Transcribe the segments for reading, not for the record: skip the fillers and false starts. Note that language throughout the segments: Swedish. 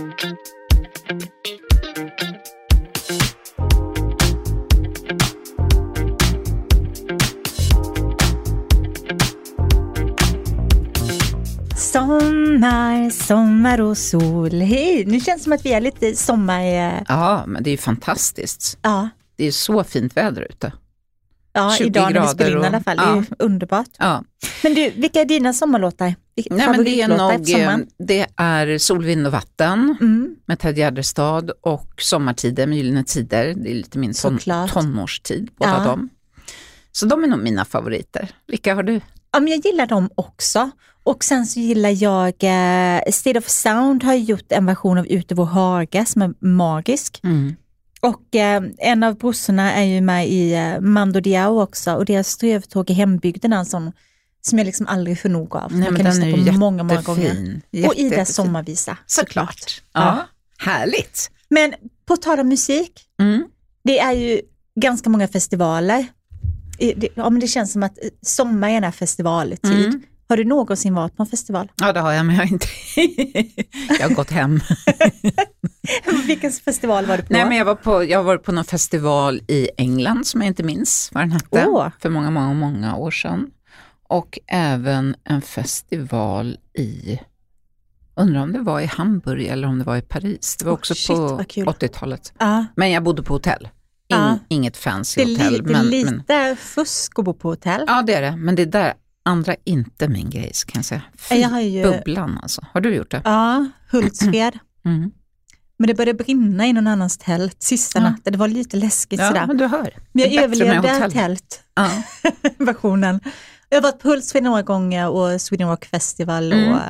Sommar och sol. Hej, nu känns det som att vi är lite sommar. Ja, men det är ju fantastiskt. Ja. Det är så fint väder ute. Ja, idag när vi spelar in i alla fall. Det är ju underbart. Ja. Men du, vilka är dina sommarlåtar? Det är Sol, vind och vatten med Ted Gärdestad och Sommartider med Gyllene tider. Det är lite min tonårstid, båda dem. Så de är nog mina favoriter. Vilka har du? Ja, men jag gillar dem också. Och sen så gillar jag State of Sound har gjort en version av Ute vår hage som är magisk. Och en av brorsorna är ju med i Mando Diao också. Och deras Strövtåg i hembygden som jag liksom aldrig får nog av. Nej, man kan lyssna på många gånger. Och Idas sommarvisa. Såklart. Ja. Härligt. Men på tal om musik. Det är ju ganska många festivaler. Men det känns som att sommaren är festivaltid. Har du någonsin varit på en festival? Ja, det har jag, men jag har inte. Jag har gått hem. Vilken festival var du på? Nej, men jag har varit på någon festival i England som jag inte minns vad den hette. För många år sedan. Och även en festival undrar om det var i Hamburg eller om det var i Paris. Det var också på 80-talet. Men jag bodde på hotell. Inget fancy hotell. Det är lite fusk att bo på hotell. Ja, det är det. Men det där andra inte min grej, kan jag säga. Bubblan alltså. Har du gjort det? Ja, Hultsfred. Men det började brinna i någon annans tält sista natten. Det var lite läskigt sådär. Ja, men du hör. Men jag överlevde tältversionen. Jag har varit på Hultsfred några gånger och Sweden Rock Festival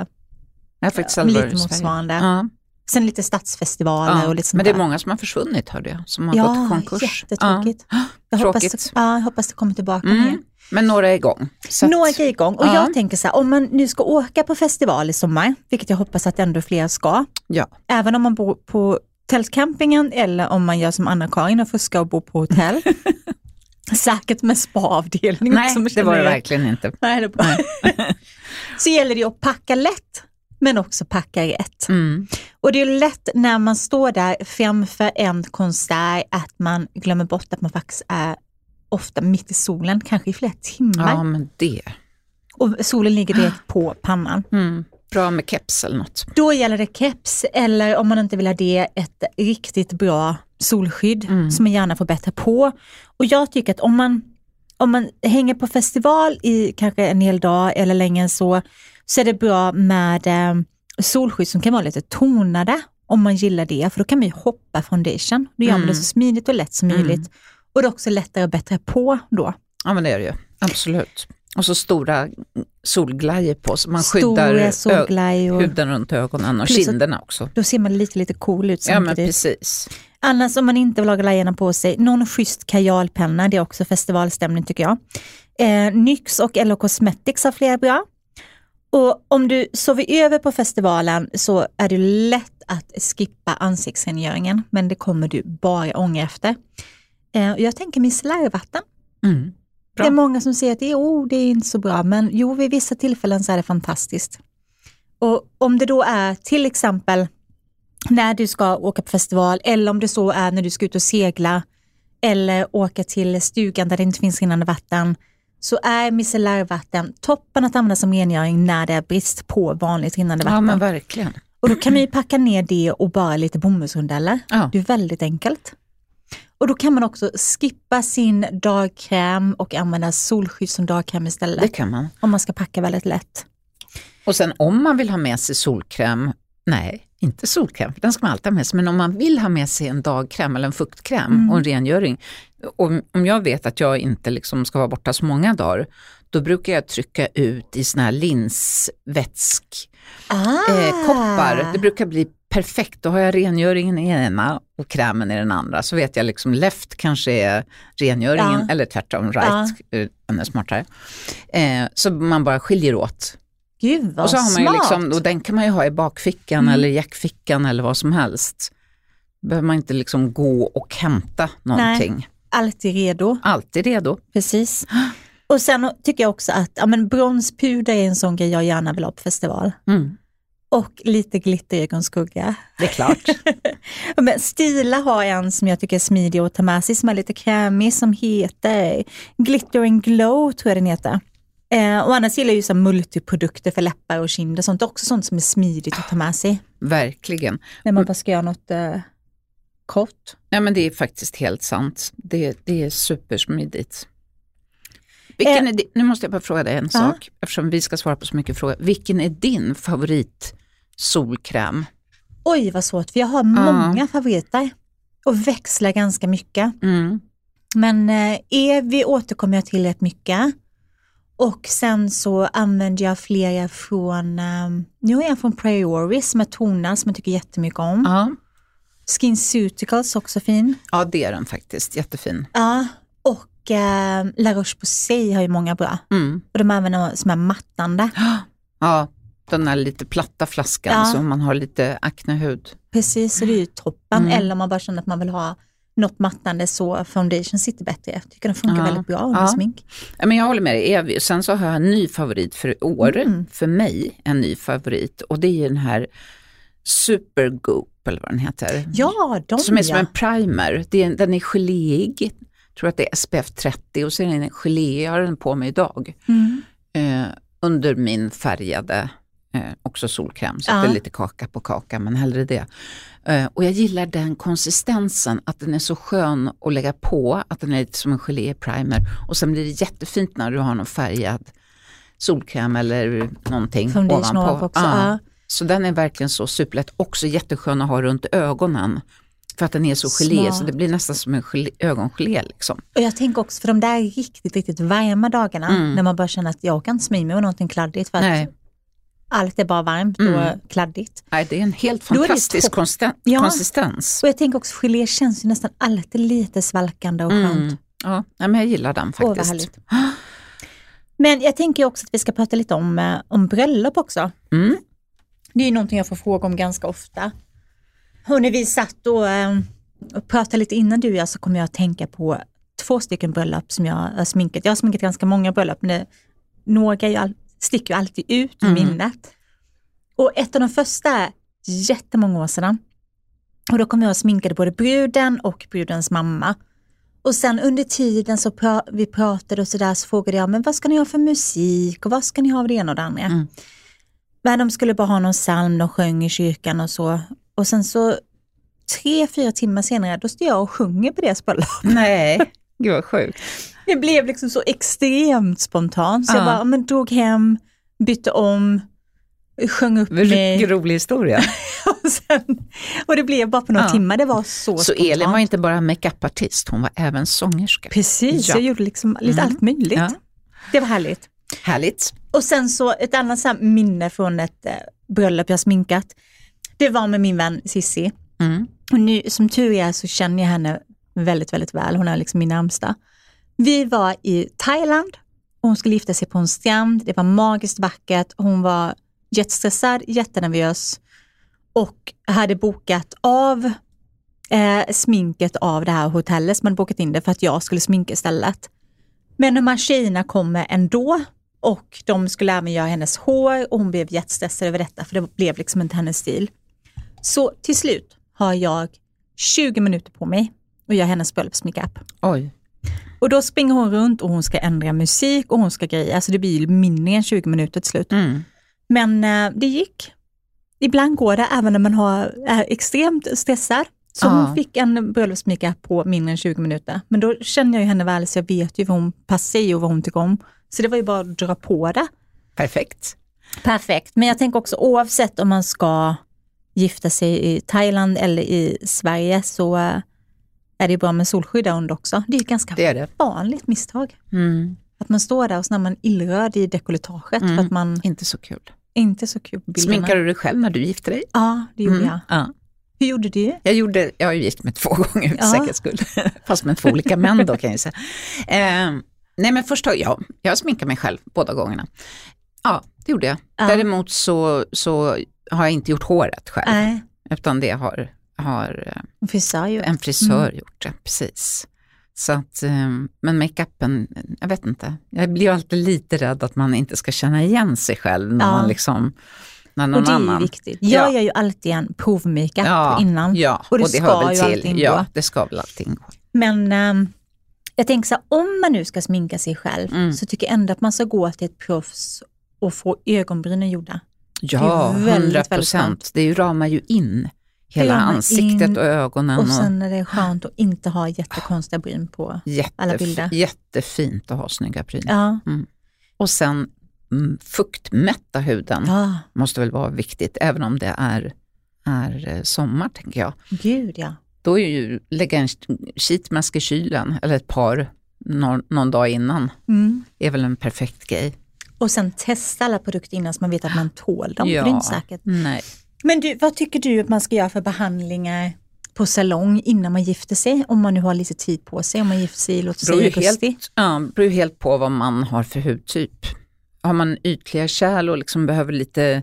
och lite motsvarande. Ja. Sen lite stadsfestivaler och lite sånt. Men det är många som har försvunnit, hörde jag. Som har gått konkurs. Jättetråkigt. Jag hoppas det kommer tillbaka igen. Men några är igång. Några är igång. Och jag tänker så här, om man nu ska åka på festival i sommar, vilket jag hoppas att ändå fler ska. Ja. Även om man bor på tältcampingen eller om man gör som Anna-Karin och fuskar och bor på hotell. Säkert med spa-avdelning. Nej, det var det verkligen inte. Nej, det var. Så gäller det att packa lätt, men också packa rätt. Och det är lätt när man står där framför en konsert att man glömmer bort att man faktiskt är ofta mitt i solen, kanske i flera timmar. Ja, men det. Och solen ligger direkt på pannan. Bra med keps eller något. Då gäller det keps, eller om man inte vill ha det, ett riktigt bra solskydd som man gärna får bättre på. Och jag tycker att om man hänger på festival i kanske en hel dag eller längre än så är det bra med solskydd som kan vara lite tonade om man gillar det. För då kan man ju hoppa foundation. Då gör man det så smidigt och lätt som möjligt. Och det är också lättare och bättre på då. Ja, men det är det ju. Absolut. Och så stora solglajjor på så man skyddar huden runt ögonen och kinderna också. Då ser man lite cool ut samtidigt. Ja, men precis. Annars om man inte vill ha glajjorna på sig, någon schysst kajalpenna, det är också festivalstämning tycker jag. NYX och LO Cosmetics har flera bra. Och om du sover över på festivalen så är det lätt att skippa ansiktsrengöringen, men det kommer du bara ångra efter. Jag tänker micellärvatten. Det är många som säger att det är inte så bra, men vid vissa tillfällen så är det fantastiskt. Och om det då är till exempel när du ska åka på festival, eller om det så är när du ska ut och segla eller åka till stugan där det inte finns rinnande vatten, så är micellärvatten toppen att använda som rengöring när det är brist på vanligt rinnande vatten. Ja, men verkligen. Och då kan man ju packa ner det och bara lite bomullsrundeller. Ja. Det är väldigt enkelt. Och då kan man också skippa sin dagkräm och använda solskydd som dagkräm istället. Det kan man. Om man ska packa väldigt lätt. Och sen om man vill ha med sig solkräm, nej, inte solkräm, för den ska man alltid ha med sig. Men om man vill ha med sig en dagkräm eller en fuktkräm och en rengöring. Och om jag vet att jag inte liksom ska vara borta så många dagar, då brukar jag trycka ut i såna här linsvätsk koppar. Det brukar bli perfekt. Då har jag rengöringen i ena och krämen i den andra. Så vet jag liksom left kanske är rengöringen eller tvärtom right. Ännu smartare. Så man bara skiljer åt. Gud vad och så har man ju smart. liksom, och den kan man ju ha i bakfickan eller jackfickan eller vad som helst. Behöver man inte liksom gå och hämta någonting. Nej, alltid redo. Alltid redo. Precis. Och sen tycker jag också att bronspuder är en sån grej jag gärna vill ha på festival. Och lite glitterögonskugga. Det är klart. Men Stila har en som jag tycker är smidig att ta med sig, som är lite krämig, som heter Glitter and Glow, tror jag den heter. Och annars gillar jag ju så multiprodukter för läppar och kinder. Sånt är också sånt som är smidigt att ta med sig. Verkligen. När man bara ska göra något kort. Ja, men det är faktiskt helt sant. Det är supersmidigt. Nu måste jag bara fråga dig en sak, eftersom vi ska svara på så mycket frågor. Vilken är din favorit solkräm? Oj, vad svårt, för jag har många favoriter och växlar ganska mycket. Men Evi återkommer jag till rätt mycket. Och sen så använder jag flera från, nu är jag från Priori som är tonad, som jag tycker jättemycket om. SkinCeuticals också fin. Ja, det är den faktiskt, jättefin. Ja, och La Roche-Posay har ju många bra. Och de använder som är mattande. Ja, den är lite platta flaskan så man har lite aknehud. Precis, så det är ju toppen. Eller om man bara känner att man vill ha något mattande, så foundation sitter bättre. Jag tycker den funkar väldigt bra med smink. Ja, men jag håller med dig. Sen så har jag en ny favorit för i år. För mig en ny favorit. Och det är den här Supergoop, eller vad den heter. Ja, som är som en primer. Den är geléig. Jag tror att det är SPF 30 och så är den gelé. Jag har den på mig idag. Under min färgade också solkräm. Så det är lite kaka på kaka, men hellre det. Och jag gillar den konsistensen, att den är så skön att lägga på, att den är lite som en gelé-primer. Och sen blir det jättefint när du har någon färgad solkräm eller någonting foundation ovanpå. Också. Så den är verkligen så superlätt. Också jätteskön att ha runt ögonen. För att den är så gelé, så det blir nästan som en ögongelé liksom. Och jag tänker också, för de där riktigt, riktigt varma dagarna, när man bara känner att jag kan smyga mig och någonting kladdigt, för att allt är bara varmt och kladdigt. Nej, det är en helt fantastisk konsistens. Och jag tänker också, gelé känns ju nästan alltid lite svalkande och skönt. Ja, men jag gillar den faktiskt. Men jag tänker också att vi ska prata lite om bröllop också. Det är ju någonting jag får fråga om ganska ofta. Och när vi satt och pratade lite innan du och jag, så kommer jag att tänka på 2 stycken bröllop som jag har sminkat. Jag har sminkat ganska många bröllop, men några sticker ju alltid ut i minnet. Och ett av de första är jättemånga år sedan. Och då kom jag och sminkade både bruden och brudens mamma. Och sen under tiden så vi pratade och sådär, så frågade jag, men vad ska ni ha för musik och vad ska ni ha av det ena och det andra? Men de skulle bara ha någon psalm, de sjöng i kyrkan och så. Och sen så 3-4 timmar senare, då står jag och sjunger på deras bröllop. Nej, gud vad sjukt. Det blev liksom så extremt spontant. Så jag bara, drog hem, bytte om, sjöng upp mig. Vilken rolig historia. och det blev bara på några timmar, det var så spontant. Elin var inte bara make-up-artist, hon var även sångerska. Precis, jag gjorde liksom lite allt möjligt. Ja. Det var härligt. Härligt. Och sen så ett annat så här minne från ett bröllop jag sminkat. Det var med min vän Sissi. Och nu, som tur är, så känner jag henne väldigt, väldigt väl. Hon är liksom min närmsta. Vi var i Thailand och hon skulle gifta sig på en strand. Det var magiskt vackert. Hon var jättestressad, jättenervös och hade bokat av sminket av det här hotellet som hade bokat in det för att jag skulle sminka istället. Men de här tjejerna kommer ändå och de skulle även göra hennes hår och hon blev jättestressad över detta, för det blev liksom inte hennes stil. Så till slut har jag 20 minuter på mig och gör hennes bröllopsmakeup. Oj. Och då springer hon runt och hon ska ändra musik och hon ska greja. Alltså det blir mindre än 20 minuter till slut. Men det gick. Ibland går det även när man är extremt stressad. Så hon fick en bröllopsmakeup på mindre än 20 minuter. Men då känner jag ju henne väl, så jag vet ju vad hon passar i och vad hon tycker om. Så det var ju bara att dra på det. Perfekt. Men jag tänker också, oavsett om man ska gifta sig i Thailand eller i Sverige, så är det bra med solskydd under också. Det är ett ganska vanligt misstag. Att man står där och så när man illröd i dekolletaget. För att man inte så kul. Inte så kul. Sminkade du dig själv när du gifte dig? Ja, det gjorde jag. Ja. Hur gjorde du? Jag har ju gift mig 2 gånger för säkerhets skull. Fast med 2 olika män då, kan jag säga. Nej, men först jag sminkade mig själv båda gångerna. Ja, det gjorde jag. Däremot så har jag inte gjort håret själv. Utan det har en frisör gjort det, precis. Så att, men make-upen, jag vet inte. Jag blir ju alltid lite rädd att man inte ska känna igen sig själv när man liksom när någon och det är annan. viktigt. Jag gör ju alltid en provmakeup innan. Ja, och det hör väl ju till. alltid ingå. Ja, det ska väl alltid ingå. Men jag tänker så här, om man nu ska sminka sig själv så tycker jag ändå att man ska gå till ett proffs och få ögonbrynen gjorda. Ja, 100%. Det ramar ju in hela ansiktet och ögonen. Och sen är det skönt att inte ha jättekonstiga bryn på alla bilder. Jättefint att ha snygga bryn. Ja. Och sen fuktmätta huden måste väl vara viktigt, även om det är sommar, tänker jag. Gud, ja. Då är ju lägga en sheetmask i kylen, eller ett par någon dag innan, är väl en perfekt grej. Och sen testa alla produkter innan så man vet att man tål dem. Ja, för det är inte säkert. Nej. Men du, vad tycker du att man ska göra för behandlingar på salong innan man gifter sig? Om man nu har lite tid på sig, om man gifter sig, låt oss säga augusti. Det beror ju helt på vad man har för hudtyp. Har man ytliga kärl och liksom behöver lite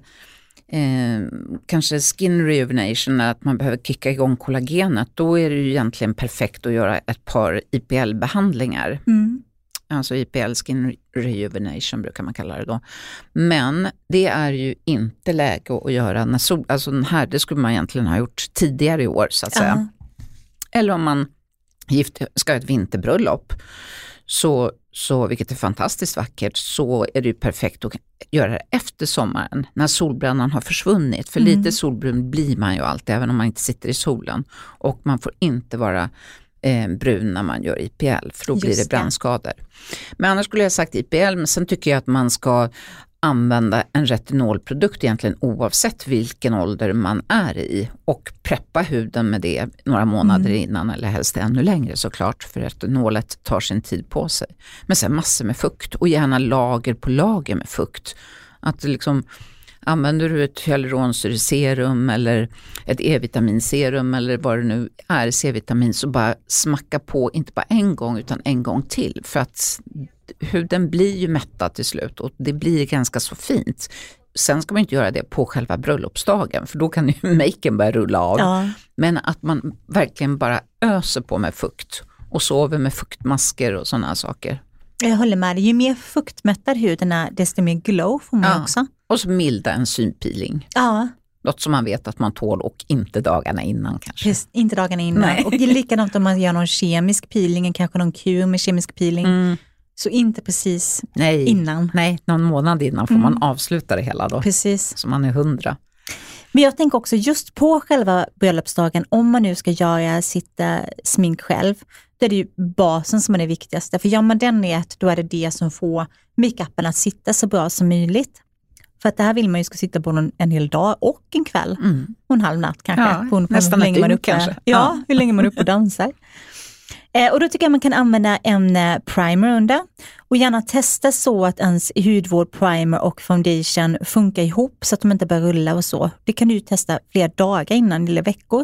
kanske skin rejuvenation, att man behöver kicka igång kollagenet, då är det ju egentligen perfekt att göra ett par IPL-behandlingar. Alltså IPL skin rejuvenation brukar man kalla det då. Men det är ju inte läge att göra när alltså den här, det skulle man egentligen ha gjort tidigare i år så att säga. Eller om man ska ha ett vinterbröllop, så vilket är fantastiskt vackert, så är det ju perfekt att göra det efter sommaren när solbrännan har försvunnit. För lite solbrun blir man ju alltid, även om man inte sitter i solen. Och man får inte vara brun när man gör IPL, för då blir det brännskador. Men annars skulle jag sagt IPL, men sen tycker jag att man ska använda en retinolprodukt egentligen oavsett vilken ålder man är i, och preppa huden med det några månader innan, eller helst ännu längre såklart, för retinolet tar sin tid på sig. Men sen massor med fukt, och gärna lager på lager med fukt. Att liksom, använder du ett hyaluronsyreserum eller ett E-vitaminserum eller vad det nu är, C-vitamin, så bara smacka på, inte bara en gång utan en gång till, för att huden blir ju mättad till slut och det blir ganska så fint. Sen ska man inte göra det på själva bröllopsdagen, för då kan ju maken börja rulla av. Ja. Men att man verkligen bara öser på med fukt och sover med fuktmasker och sådana saker. Jag håller med dig. Ju mer fuktmättad huden är, desto mer glow får man också. Och så milda enzympeeling. Ja. Något som man vet att man tål, och inte dagarna innan kanske. Precis, inte dagarna innan. Nej. Och det är likadant om man gör någon kemisk peeling, kanske någon kur med kemisk peeling. Så inte precis innan. Nej, någon månad innan får man avsluta det hela då. Precis. Så man är 100. Men jag tänker också just på själva bröllopsdagen, om man nu ska göra sitt smink själv, då är det ju basen som är det viktigaste. För gör man den rätt, då är det det som får makeupen att sitta så bra som möjligt. För att det här vill man ju ska sitta på en hel dag och en kväll. Och en halv natt kanske. Ja, nästan hur länge kanske. Ja, hur länge man är uppe och dansar. Och då tycker jag man kan använda en primer under. Och gärna testa så att ens hudvård, primer och foundation funkar ihop så att de inte börjar rulla och så. Det kan du testa flera dagar innan eller veckor.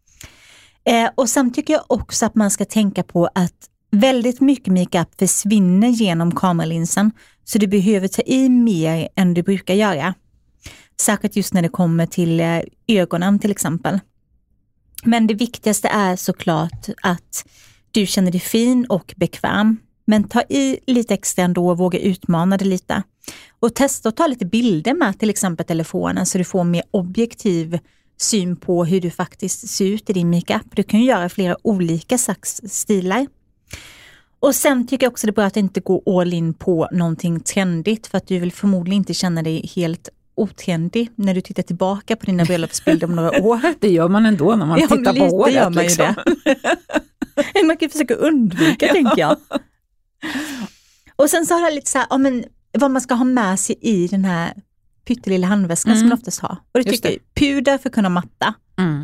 Och sen tycker jag också att man ska tänka på att väldigt mycket makeup försvinner genom kameralinsen. Så du behöver ta i mer än du brukar göra. Särskilt just när det kommer till ögonen till exempel. Men det viktigaste är såklart att du känner dig fin och bekväm. Men ta i lite extra ändå och våga utmana det lite. Och testa att ta lite bilder med till exempel telefonen så du får mer objektiv syn på hur du faktiskt ser ut i din makeup. Du kan ju göra flera olika slags stilar. Och sen tycker jag också det är bra att inte gå all in på någonting trendigt, för att du vill förmodligen inte känna dig helt otrendig när du tittar tillbaka på dina bröllopsbilder om några år. Det gör man ändå när man tittar på året. Gör man liksom. Det. Man kan försöka undvika, tänker jag. Och sen så har jag lite så här, men vad man ska ha med sig i den här pyttelilla handväskan som man oftast har. Och det tycker jag, puder för att kunna matta.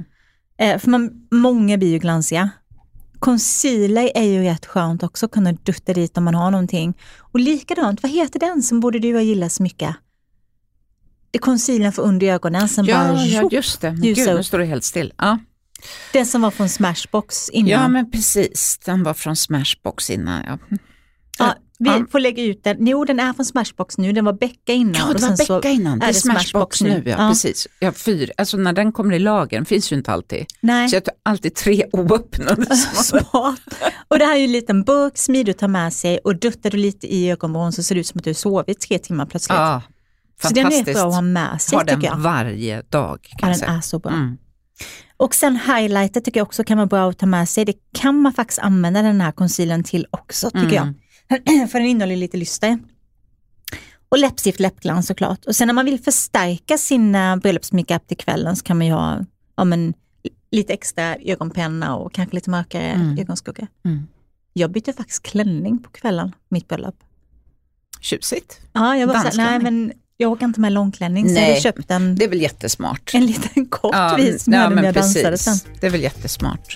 För många blir ju glansiga. Concealer är ju rätt skönt också att kunna dutta dit om man har någonting. Och likadant, vad heter den som både du och gillar så mycket? Det är concealern för under ögonen som bara... Ja, just det. Gud, nu står det helt still. Ja. Den som var från Smashbox innan. Ja, men precis. Den var från Smashbox innan, Ja, vi får lägga ut den. Jo, den är från Smashbox nu. Den var Becka innan. Ja, det var Becka innan. Det är Smashbox nu. Ja, precis. Ja, 4. Alltså när den kommer i lagen finns ju inte alltid. Nej. Så jag tar alltid 3 oöppnade. Smart. Och det här är ju en liten burk, smidigt att ta med sig. Och duttar du lite i ögonvrån så ser det ut som att du har sovit 3 timmar plötsligt. Ja, Så den är bra att ha med sig, tycker jag. Har den varje dag, kan jag säga. Den är så bra. Och sen highlighter tycker jag också kan vara bra att ta med sig. Det kan man faktiskt använda den här concealern till också, tycker jag. För den innehåller lite lyster. Och läppstift, läppglans såklart. Och sen när man vill förstärka sin bröllopsmakeup till kvällen så kan man ju ha lite extra ögonpenna och kanske lite mörkare ögonskugga. Jag bytte faktiskt klänning på kvällen, mitt bröllop. Tjusigt. Ja, jag bara nej men jag åker inte med långklänning. Så jag köpt det är väl jättesmart. En liten kort vis när jag dansade sen. Det är väl jättesmart.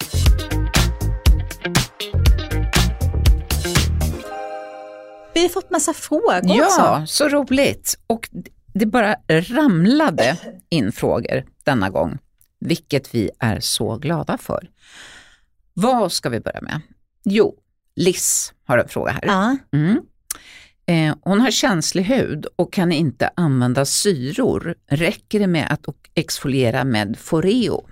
Vi har fått massa frågor också. Ja, så roligt. Och det bara ramlade in frågor denna gång. Vilket vi är så glada för. Vad ska vi börja med? Jo, Liz har en fråga här. Ja. Hon har känslig hud och kan inte använda syror. Räcker det med att exfoliera med Foreo?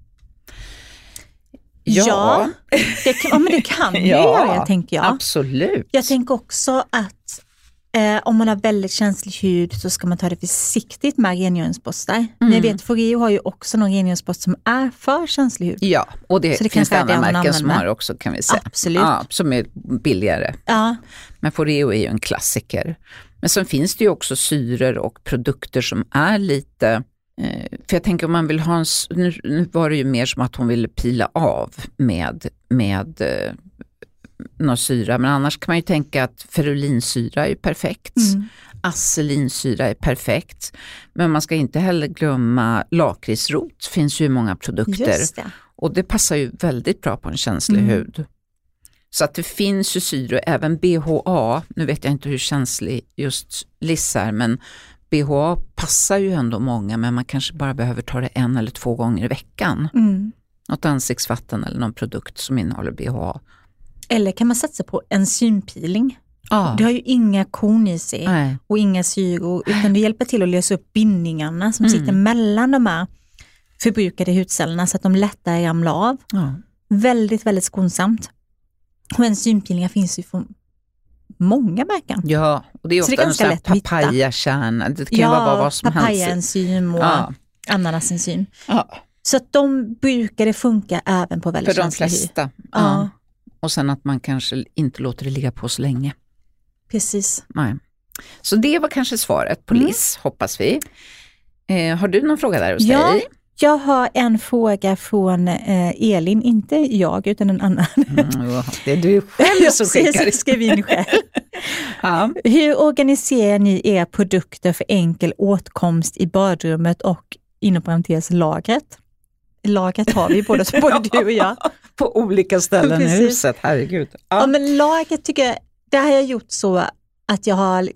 Ja, men det kan du göra, tänker jag. Absolut. Jag tänker också att om man har väldigt känslig hud så ska man ta det försiktigt med rengöringsborstar. Ni vet, Foreo har ju också någon rengöringsborst som är för känslig hud. Ja, och det finns det andra märken som har också, kan vi säga. Absolut. Ja, som är billigare. Ja. Men Foreo är ju en klassiker. Men sen finns det ju också syror och produkter som är lite... För jag tänker om man vill ha nu var det ju mer som att hon ville pila av med någon syra, men annars kan man ju tänka att ferulinsyra är perfekt, acelinsyra är perfekt, men man ska inte heller glömma lakritsrot, finns ju i många produkter. Just det. Och det passar ju väldigt bra på en känslig hud. Så att det finns ju syror, även BHA, nu vet jag inte hur känslig just Liz är, men BHA passar ju ändå många, men man kanske bara behöver ta det 1 eller 2 gånger i veckan. Något ansiktsvatten eller någon produkt som innehåller BHA. Eller kan man satsa på enzympeeling? Det har ju inga korn i sig och inga syror, utan det hjälper till att lösa upp bindningarna som sitter mellan de här förbrukade hudcellerna så att de lättare ramlar av. Väldigt, väldigt skonsamt. Och enzympeelingar finns ju från många märken. Ja, och det är ofta en sån här papayakärna. Det kan ju vara vad som helst. Papayaenzym och ananasenzym. Så att de brukar det funka även på väldigt känslig hud. För de flesta. Ja. Och sen att man kanske inte låter det ligga på så länge. Precis. Nej. Så det var kanske svaret på Liz, hoppas vi. Har du någon fråga där hos dig? Jag har en fråga från Elin, inte jag utan en annan. Det är du själv som skickar. Jag skrev in själv. Hur organiserar ni era produkter för enkel åtkomst i badrummet och inom parentes lagret? Lagret har vi både du och jag. På olika ställen i huset, herregud. Ja, men lagret tycker jag, det har jag gjort så att jag har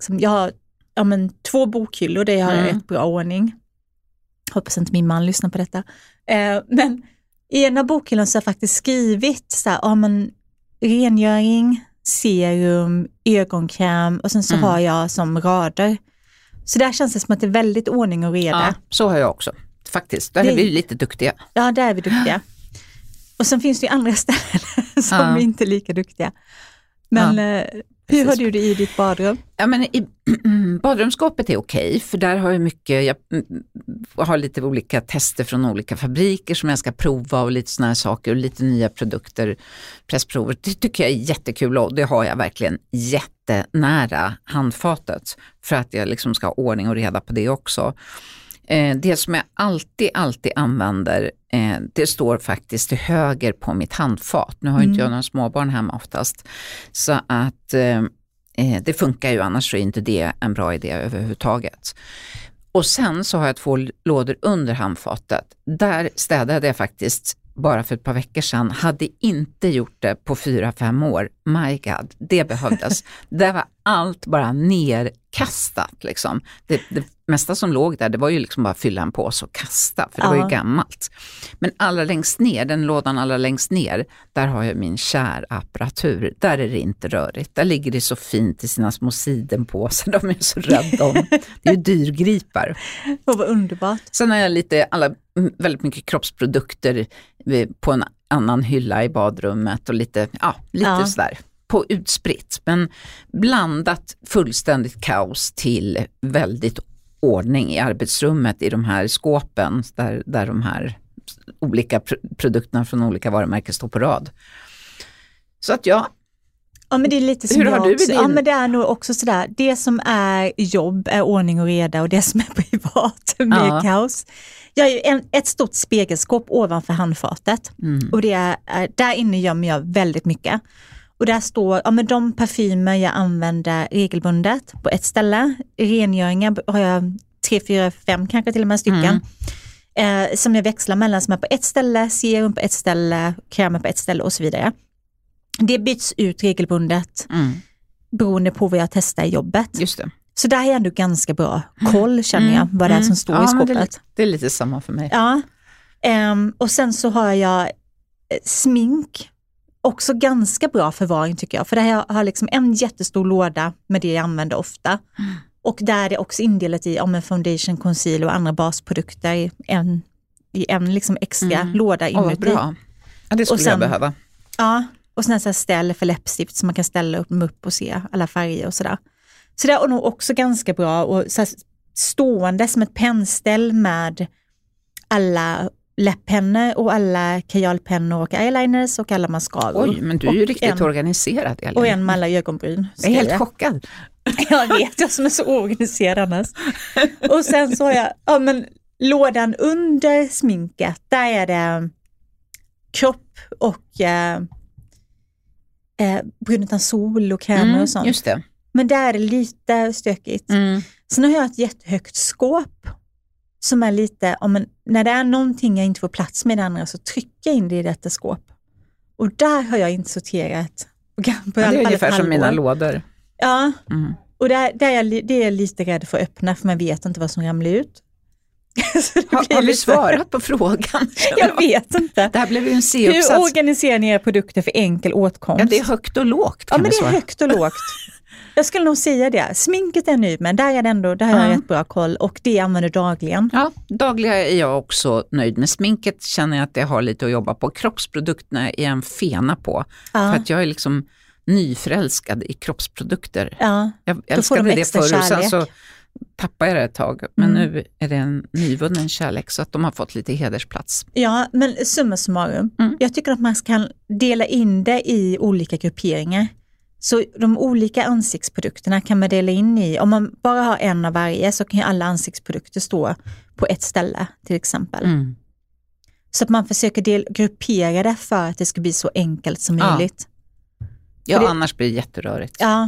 2 bokhyllor där jag har rätt bra ordning. Hoppas inte min man lyssnar på detta. Men i ena bokhyllan så har jag faktiskt skrivit så här, rengöring, serum, ögonkräm och sen så har jag som rader. Så där känns det som att det är väldigt ordning och reda. Ja, så har jag också. Faktiskt, där är vi lite duktiga. Ja, där är vi duktiga. Och sen finns det ju andra ställen som vi inte är lika duktiga. Men hur har du det i ditt badrum? Ja, men badrumsskåpet är okej, för där har jag mycket, jag har lite olika tester från olika fabriker som jag ska prova och lite såna här saker och lite nya produkter, pressprover. Det tycker jag är jättekul och det har jag verkligen jättenära handfatet för att jag liksom ska ha ordning och reda på det också. Det som jag alltid använder, det står faktiskt till höger på mitt handfat. Nu har inte jag några småbarn hemma oftast. Så att det funkar ju, annars så är inte det en bra idé överhuvudtaget. Och sen så har jag 2 lådor under handfatet. Där städade jag faktiskt bara för ett par veckor sedan. Hade inte gjort det på 4-5 år. My God, det behövdes. Det var allt bara nerkastat liksom. Det mesta som låg där, det var ju liksom bara fylla en påse och kasta, för det var ju gammalt. Men allra längst ner, den lådan allra längst ner, där har jag min kärapparatur. Där är det inte rörigt. Där ligger det så fint i sina små sidenpåsar. De är så rädda om. Det är ju dyrgripar. Och vad underbart. Sen har jag väldigt mycket kroppsprodukter på en annan hylla i badrummet och lite sådär på utspritt, men blandat fullständigt kaos till väldigt ordning i arbetsrummet i de här skåpen där de här olika produkterna från olika varumärken står på rad. Så att ja, men det är lite som hur har du det? Ja, men det är nog också sådär, det som är jobb är ordning och reda och det som är privat med kaos. Jag har ju ett stort spegelskåp ovanför handfatet och det är, där inne gömmer jag väldigt mycket. Och där står men de parfymer jag använder regelbundet på ett ställe. Rengöringar har jag 3, 4, 5 kanske till och med stycken. Som jag växlar mellan, som är på ett ställe, serum på ett ställe, krämer på ett ställe och så vidare. Det byts ut regelbundet beroende på vad jag testar i jobbet. Just det. Så där är jag ändå ganska bra koll, känner jag, vad det är som står i skåpet. Det är lite samma för mig. Ja. Och sen så har jag smink. Också ganska bra förvaring tycker jag. För det här har liksom en jättestor låda med det jag använder ofta. Och där är det också indelat i foundation, concealer och andra basprodukter i en liksom extra låda inuti. Bra. Ja, det skulle jag behöva. Ja, och sen så ställ för läppstift så man kan ställa upp och se alla färger och sådär. Så det är nog också ganska bra och så stående som ett pennställ med alla läpppennor och alla kajalpennor och eyeliners och alla mascaror. Oj, men du är ju riktigt organiserad, Elin. Och en med alla ögonbryn. Jag är helt chockad. Jag vet, jag som är så organiserad annars. Och sen så har jag, lådan under sminket, där är det kropp och brun utan sol och krämer och sånt. Just det. Men där är det lite stökigt. Sen har jag ett jättehögt skåp som är lite, när det är någonting jag inte får plats med det andra så trycker jag in det i detta skåp. Och där har jag inte sorterat. Det är ungefär som mina lådor. Ja, och det är jag lite rädd för att öppna för man vet inte vad som ramlar ut. Har vi svarat på frågan? Jag vet inte. Det här blev ju en C-uppsats. Hur organiserar ni era produkter för enkel åtkomst? Ja, det är högt och lågt. Ja, men det är högt och lågt. Jag skulle nog säga det. Sminket är nöjd med, där har jag rätt bra koll och det använder dagligen. Ja, dagliga är jag också nöjd med. Sminket känner jag att det har lite att jobba på. Kroppsprodukterna är en fena på. För att jag är liksom nyförälskad i kroppsprodukter. Ja, jag älskade det förr och sen så tappade jag det ett tag. Men nu är det en nyvunnen kärlek så att de har fått lite hedersplats. Ja, men summa summarum. Jag tycker att man kan dela in det i olika grupperingar. Så de olika ansiktsprodukterna kan man dela in i. Om man bara har en av varje så kan ju alla ansiktsprodukter stå på ett ställe till exempel. Så att man försöker gruppera det för att det ska bli så enkelt som möjligt. Ja, annars blir det jätterörigt. Ja.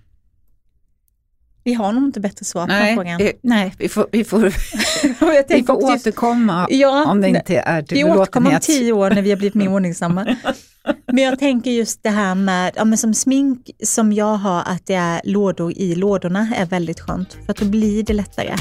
Vi har nog inte bättre svar på frågan. Nej, vi får återkomma om det inte är till belåtenhet. Vi återkommer om 10 år när vi har blivit mer ordningsamma. Men jag tänker just det här med som smink som jag har, att det är lådor i lådorna är väldigt skönt. För att då blir det lättare.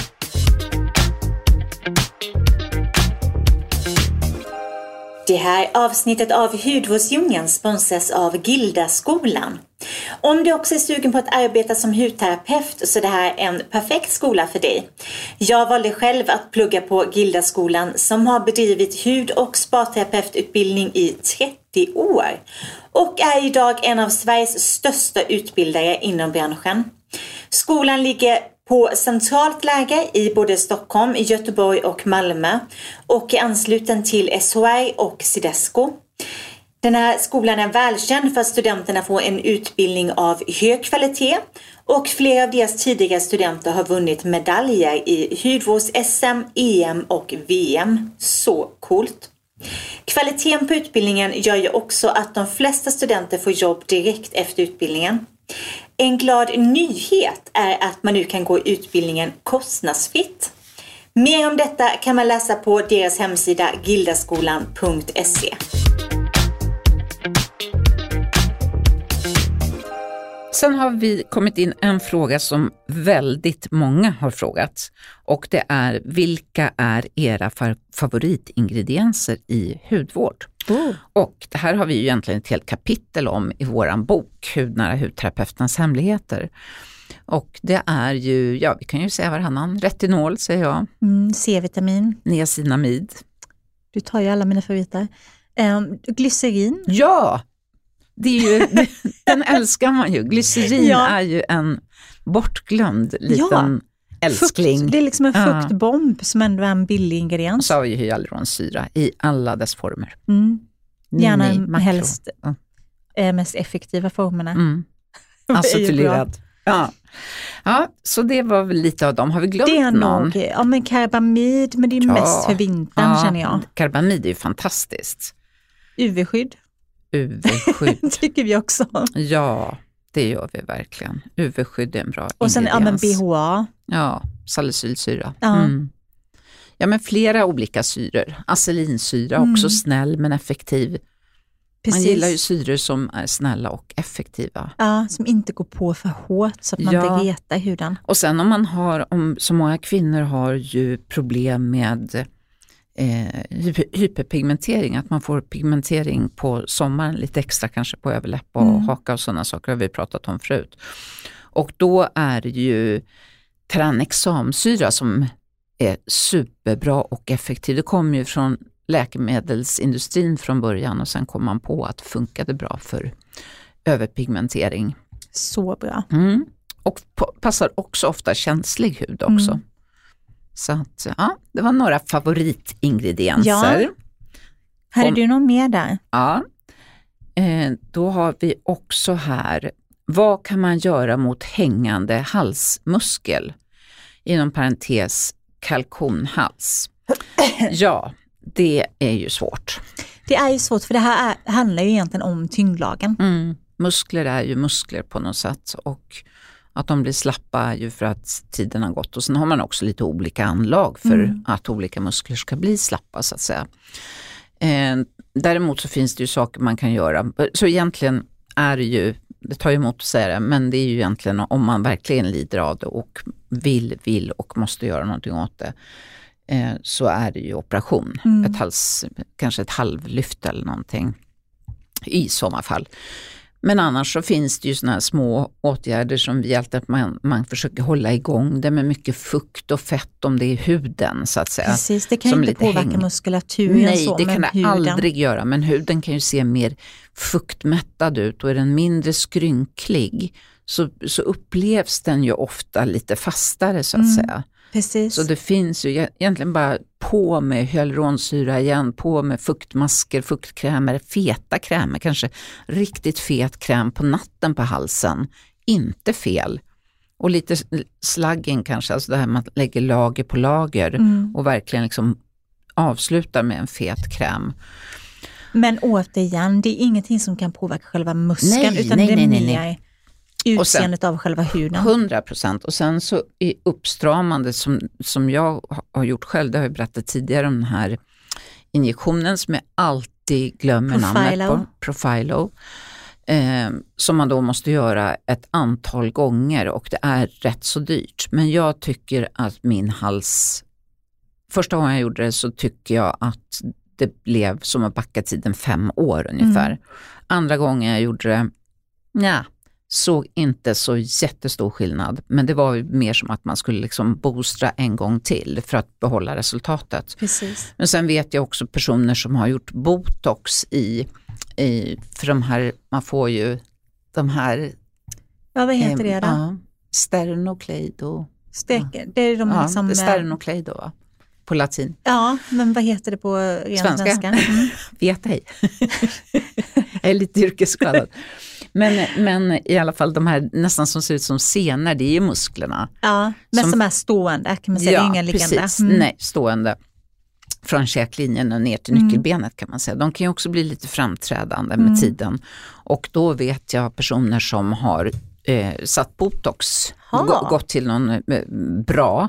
Det här avsnittet av Hudvårdsdjungeln sponsras av Gildaskolan. Om du också är sugen på att arbeta som hudterapeut så är det här en perfekt skola för dig. Jag valde själv att plugga på Gildaskolan som har bedrivit hud- och spa-terapeututbildning i 30 år. Och är idag en av Sveriges största utbildare inom branschen. Skolan ligger på centralt läge i både Stockholm, Göteborg och Malmö och är ansluten till SHR och Sidesco. Den här skolan är välkänd för att studenterna får en utbildning av hög kvalitet och flera av deras tidigare studenter har vunnit medaljer i hudvårds-SM, EM och VM. Så coolt! Kvaliteten på utbildningen gör ju också att de flesta studenter får jobb direkt efter utbildningen. En glad nyhet är att man nu kan gå utbildningen kostnadsfritt. Mer om detta kan man läsa på deras hemsida gildaskolan.se. Sen har vi kommit in en fråga som väldigt många har frågat. Och det är, vilka är era favoritingredienser i hudvård? Och det här har vi ju egentligen ett helt kapitel om i våran bok, Hudnära hudterapeuternas hemligheter. Och det är ju, vi kan ju säga varannan. Retinol säger jag. C-vitamin. Niacinamid. Du tar ju alla mina favoriter. Glycerin. Ja! Det är ju, den älskar man ju. Glycerin är ju en bortglömd liten älskling. Det är liksom en fuktbomb som ändå är en billig ingrediens. Och så har vi hyaluronsyra i alla dess former. Gärna helst mest effektiva formerna. Acetylerad. Ja, så det var väl lite av dem. Har vi glömt någon? Men karbamid, men det är mest för vintern känner jag. Karbamid är ju fantastiskt. UV-skydd. Tycker vi också. Ja, det gör vi verkligen. UV-skydd är en bra och sen ingrediens. BHA. Ja, salicylsyra. Ja. Ja, men flera olika syror. Acelinsyra också snäll men effektiv. Precis. Man gillar ju syror som är snälla och effektiva. Ja, som inte går på för hårt så att man inte retar huden. Och sen om så många kvinnor har ju problem med hyperpigmentering, att man får pigmentering på sommaren, lite extra kanske på överläpp och haka och sådana saker har vi pratat om förut. Och då är det ju tranexamsyra som är superbra och effektiv. Det kommer ju från läkemedelsindustrin från början och sen kom man på att det funkade bra för överpigmentering. Så bra. Och passar också ofta känslig hud också. Så att, det var några favoritingredienser. Ja. Hade du någon mer där? Ja. Då har vi också här, vad kan man göra mot hängande halsmuskel? Inom parentes kalkonhals. Ja, det är ju svårt. Det är ju svårt för det här handlar ju egentligen om tyngdlagen. Muskler är ju muskler på något sätt och att de blir slappa ju för att tiden har gått. Och sen har man också lite olika anlag för att olika muskler ska bli slappa så att säga. Däremot så finns det ju saker man kan göra. Så egentligen är det ju, det tar ju emot att säga det, men det är ju egentligen om man verkligen lider av det och vill och måste göra någonting åt det. Så är det ju operation. Kanske ett halvlyft eller någonting i sådana fall. Men annars så finns det ju såna här små åtgärder som vi alltid att man försöker hålla igång det med mycket fukt och fett om det är huden så att säga. Precis, det kan ju inte påverka muskulaturen. Nej, det kan det aldrig göra, men huden kan ju se mer fuktmättad ut och är den mindre skrynklig så upplevs den ju ofta lite fastare så att säga. Precis. Så det finns ju egentligen bara på med hyaluronsyra igen, på med fuktmasker, fuktkrämer, feta krämer, kanske riktigt fet kräm på natten på halsen, inte fel. Och lite slagging kanske, alltså det här med att lägga lager på lager och verkligen liksom avsluta med en fet kräm. Men återigen, det är ingenting som kan påverka själva muskeln utan det är mer utseendet av själva huden. 100%. Och sen så är uppstramande som jag har gjort själv, det har jag berättat tidigare om den här injektionen som jag alltid glömmer namnet på. Profilo. Som man då måste göra ett antal gånger och det är rätt så dyrt. Men jag tycker att min hals, första gången jag gjorde det så tycker jag att det blev som att backa tiden 5 år ungefär. Andra gången jag gjorde det, såg inte så jättestor skillnad, men det var ju mer som att man skulle liksom boostra en gång till för att behålla resultatet. Precis. Men sen vet jag också personer som har gjort botox för de här, man får ju de här vad heter det då? Sternocleido. Det är de liksom det är sternocleido va? På latin. Ja, men vad heter det på ren svenska? Vet ej. Jag är lite yrkesskadad. Men i alla fall de här nästan som ser ut som senor, det är ju musklerna. Ja, men som är stående kan man säga, det är inga liggande. Precis. Nej, stående. Från käklinjen och ner till nyckelbenet kan man säga. De kan ju också bli lite framträdande med tiden. Och då vet jag personer som har satt botox, gått till någon bra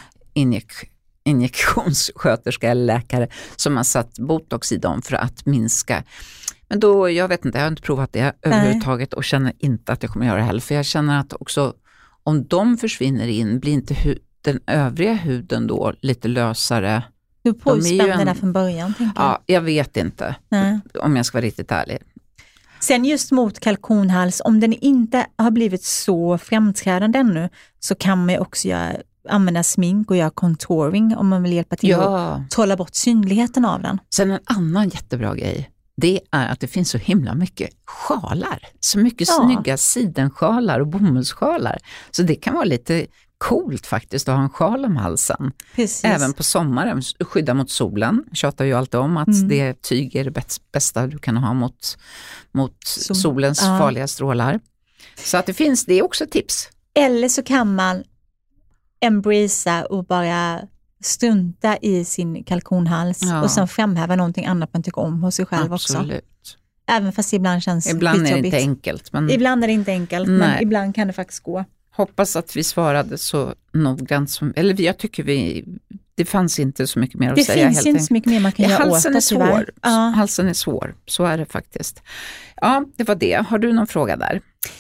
injektionssköterska eller läkare som har satt botox i dem för att minska. Men då, jag vet inte, jag har inte provat det överhuvudtaget och känner inte att jag kommer göra det heller. För jag känner att också om de försvinner in blir inte den övriga huden då lite lösare. Du påspände där från början, tänker jag. Ja, jag vet inte om jag ska vara riktigt ärlig. Sen just mot kalkonhals, om den inte har blivit så framträdande ännu så kan man ju också använda smink och göra contouring om man vill hjälpa till att trolla bort synligheten av den. Sen en annan jättebra grej, det är att det finns så himla mycket sjalar. Så mycket snygga sidensjalar och bomullssjalar. Så det kan vara lite coolt faktiskt att ha en sjal om halsen. Precis. Även på sommaren, skydda mot solen. Jag tjatar ju alltid om att det tyg är det bästa du kan ha mot solens farliga strålar. Så att det är också ett tips. Eller så kan man embracea och bara strunta i sin kalkonhals och sen framhäva någonting annat man tycker om hos sig själv också. Även fast det ibland känns ibland är det inte enkelt. Men ibland är det inte enkelt, men ibland kan det faktiskt gå. Hoppas att vi svarade så noggrant som, eller jag tycker det fanns inte så mycket mer att säga. Det finns inte så mycket mer man kan göra åt det, tyvärr. Halsen är svår, så är det faktiskt. Ja, det var det. Har du någon fråga där?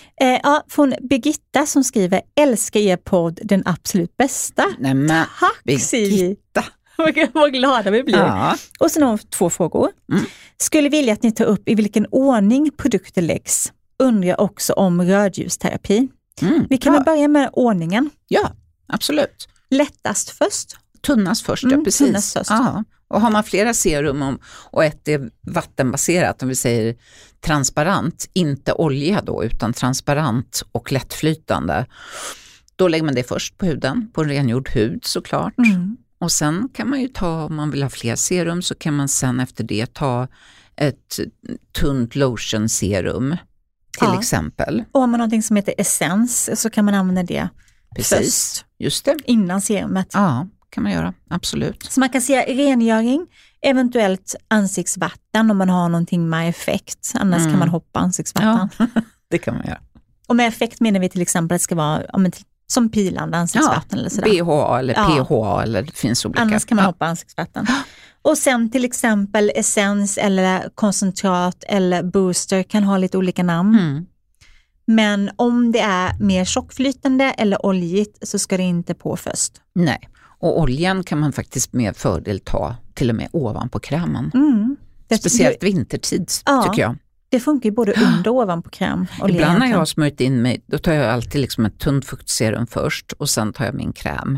Från Birgitta som skriver, älskar er podd, den absolut bästa. Nämen, tack Birgitta. Vad glada vi blir. Ja. Och sen har hon 2 frågor. Skulle vilja att ni tar upp i vilken ordning produkter läggs. Undrar också om rödljusterapi. Vi kan väl börja med ordningen. Ja, absolut. Lättast först. Tunnast först, ja, precis. Tunnast först. Ja. Och har man flera serum och ett är vattenbaserat, om vi säger transparent, inte olja då, utan transparent och lättflytande, då lägger man det först på huden, på en rengjord hud såklart. Och sen kan man ju ta, om man vill ha fler serum, så kan man sen efter det ta ett tunt lotion-serum till exempel. Och om man har någonting som heter essens så kan man använda det först. Just det. Innan serumet. Ja, kan man göra, absolut. Så man kan säga rengöring, eventuellt ansiktsvatten om man har någonting med effekt. Annars kan man hoppa ansiktsvatten. Ja, det kan man göra. Och med effekt menar vi till exempel att det ska vara som pilande ansiktsvatten eller sådär. BHA eller PHA eller det finns olika. Annars kan man hoppa ansiktsvatten. Och sen till exempel essens eller koncentrat eller booster kan ha lite olika namn. Men om det är mer tjockflytande eller oljigt så ska det inte på först. Nej, och oljan kan man faktiskt med fördel ta till och med ovanpå krämen. Speciellt vintertid tycker jag. Det funkar ju både under och ovanpå kräm. Ibland när jag har smörjt in mig, då tar jag alltid liksom ett tunt fuktserum först och sen tar jag min kräm.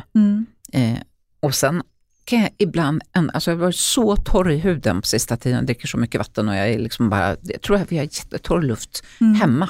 Och sen kan jag ibland, alltså jag var så torr i huden på sista tiden, jag dricker så mycket vatten och jag är liksom bara, jag tror att vi har jättetorr luft hemma.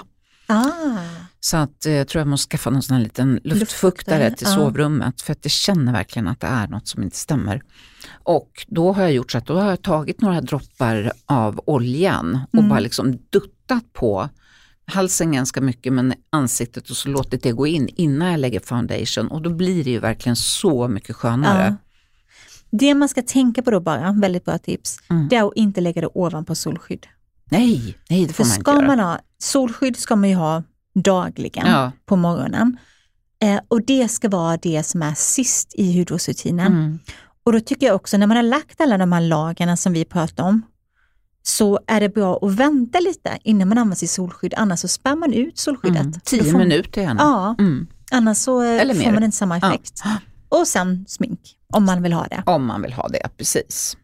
Så att jag tror jag måste skaffa någon sån här liten luftfuktare till sovrummet, för att jag känner verkligen att det är något som inte stämmer. Och då har jag gjort så att då har jag tagit några droppar av oljan och bara liksom duttat på halsen ganska mycket, men ansiktet, och så låtit det gå in innan jag lägger foundation, och då blir det ju verkligen så mycket skönare. Det man ska tänka på då bara, väldigt bra tips, det är att inte lägga det ovanpå solskydd. Nej, det får man inte göra. Man ha, solskydd ska man ju ha dagligen på morgonen. Och det ska vara det som är sist i hudvårdsrutinen. Och då tycker jag också, när man har lagt alla de här lagarna som vi pratar om, så är det bra att vänta lite innan man använder sitt solskydd. Annars så spär man ut solskyddet. 10 minuter gärna. Ja, annars så får man inte samma effekt. Och sen smink, om man vill ha det. Om man vill ha det, precis.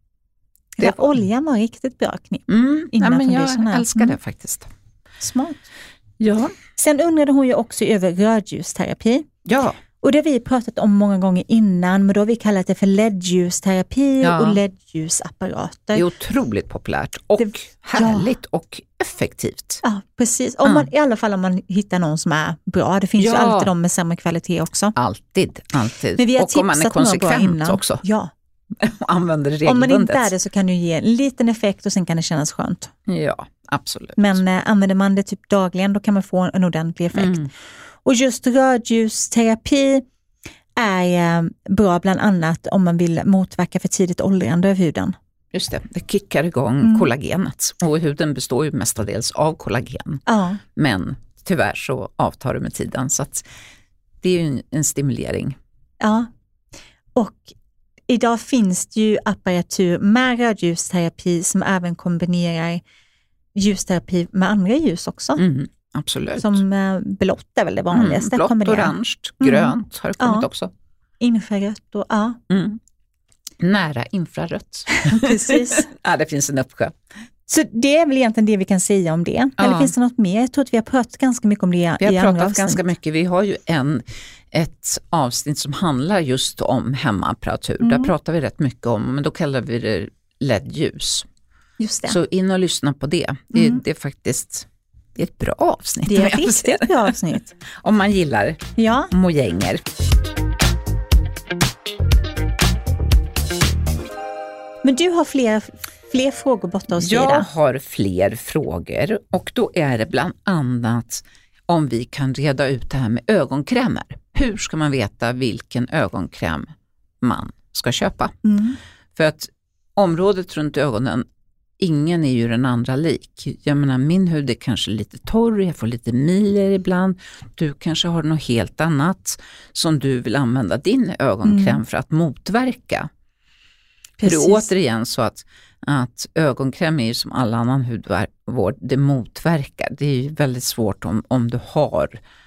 Oljan var riktigt bra knip. Men jag älskar det faktiskt. Smart. Ja. Sen undrade hon ju också över rödljusterapi. Ja. Och det har vi pratat om många gånger innan, men då har vi kallat det för LED-ljusterapi och LED-ljusapparater. Det är otroligt populärt och härligt och effektivt. Ja, precis. I alla fall om man hittar någon som är bra. Det finns ju alltid de med samma kvalitet också. Alltid. Men vi har och om man är konsekvent också. Ja. Använder det regelbundet. Om man inte är det så kan du ge en liten effekt och sen kan det kännas skönt. Ja, absolut. Men använder man det typ dagligen, då kan man få en ordentlig effekt. Och just rödljusterapi är bra bland annat om man vill motverka för tidigt åldrande av huden. Just det kickar igång kollagenet. Och huden består ju mestadels av kollagen. Men tyvärr så avtar det med tiden, så att det är ju en stimulering. Ja, och idag finns det ju apparatur med rödljusterapi som även kombinerar ljusterapi med andra ljus också. Absolut. Som blått är väl det vanligaste. Blått, orange, grönt har det kommit också. Infrarött och Nära infrarött. Precis. Det finns en uppsjö. Så det är väl egentligen det vi kan säga om det. Eller finns det något mer? Jag tror att vi har pratat ganska mycket om det. Vi har pratat ganska mycket. Vi har ju ett avsnitt som handlar just om hemmaapparatur. Där pratar vi rätt mycket om, men då kallar vi det LED-ljus. Just det. Så in och lyssna på det. Det är faktiskt Det är ett bra avsnitt. Det är ett riktigt bra avsnitt. Om man gillar mojänger. Men du har fler frågor borta hos dig. Jag har fler frågor och då är det bland annat om vi kan reda ut det här med ögonkrämer. Hur ska man veta vilken ögonkräm man ska köpa? För att området runt ögonen, ingen är ju den andra lik. Jag menar, min hud är kanske lite torr, jag får lite miler ibland. Du kanske har något helt annat som du vill använda din ögonkräm för att motverka. För det är återigen så att ögonkräm är ju som all annan hudvård, det motverkar. Det är ju väldigt svårt om du har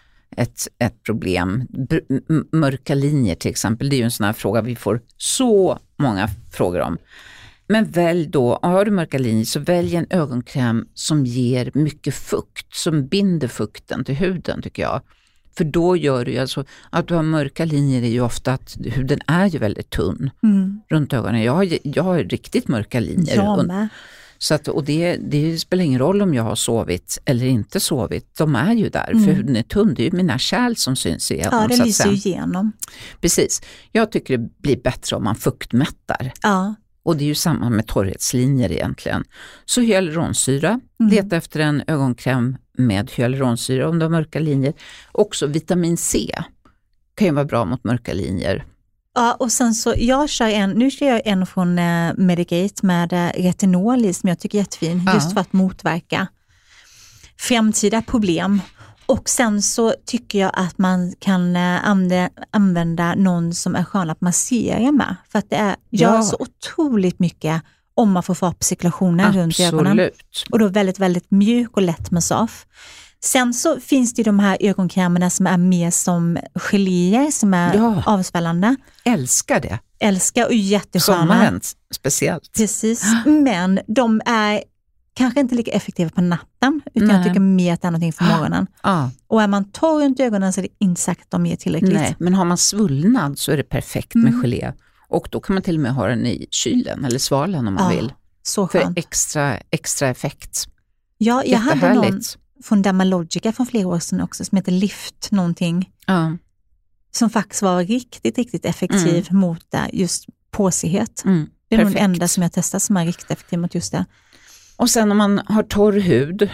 ett problem. Mörka linjer till exempel, det är ju en sån här fråga vi får så många frågor om. Men välj då, har du mörka linjer så välj en ögonkräm som ger mycket fukt, som binder fukten till huden tycker jag. För då gör du alltså att du har mörka linjer är ju ofta att huden är ju väldigt tunn runt ögonen. Jag har riktigt mörka linjer. Så att, och det spelar ingen roll om jag har sovit eller inte sovit. De är ju där för huden är tunn. Det är ju mina kärl som syns igenom. Ja, det lyser ju igenom. Precis. Jag tycker det blir bättre om man fuktmättar. Ja. Och det är ju samma med torrhetslinjer egentligen. Så hyaluronsyra, leta efter en ögonkräm med hyaluronsyra om du har mörka linjer. Också vitamin C kan ju vara bra mot mörka linjer. Ja, och sen så nu kör jag en från Medigate med retinol i som jag tycker är jättefin. Just för att motverka framtida problem. Och sen så tycker jag att man kan använda någon som är skön att massera med. För att det gör så otroligt mycket om man får fart på cirkulationen runt ögonen. Och då väldigt, väldigt mjuk och lätt massage. Sen så finns det ju de här ögonkrämerna som är mer som geléer som är avsvällande. Älskar det. Älskar och jättesköna. Sommaren speciellt. Precis, men de är kanske inte lika effektiva på natten utan jag tycker mer att det är någonting för morgonen. Och är man torr runt ögonen så är det inte säkert att de är tillräckligt. Nej, men har man svullnad så är det perfekt med gelé. Och då kan man till och med ha den i kylen eller svalen om man vill. Så skönt. För extra effekt. Ja, jag hade någon från Dermalogica från flera år sedan också som heter Lift någonting. Som faktiskt var riktigt, riktigt effektiv mot just påsighet. Det är nog den enda som jag testat som är riktigt effektiv mot just det. Och sen om man har torr hud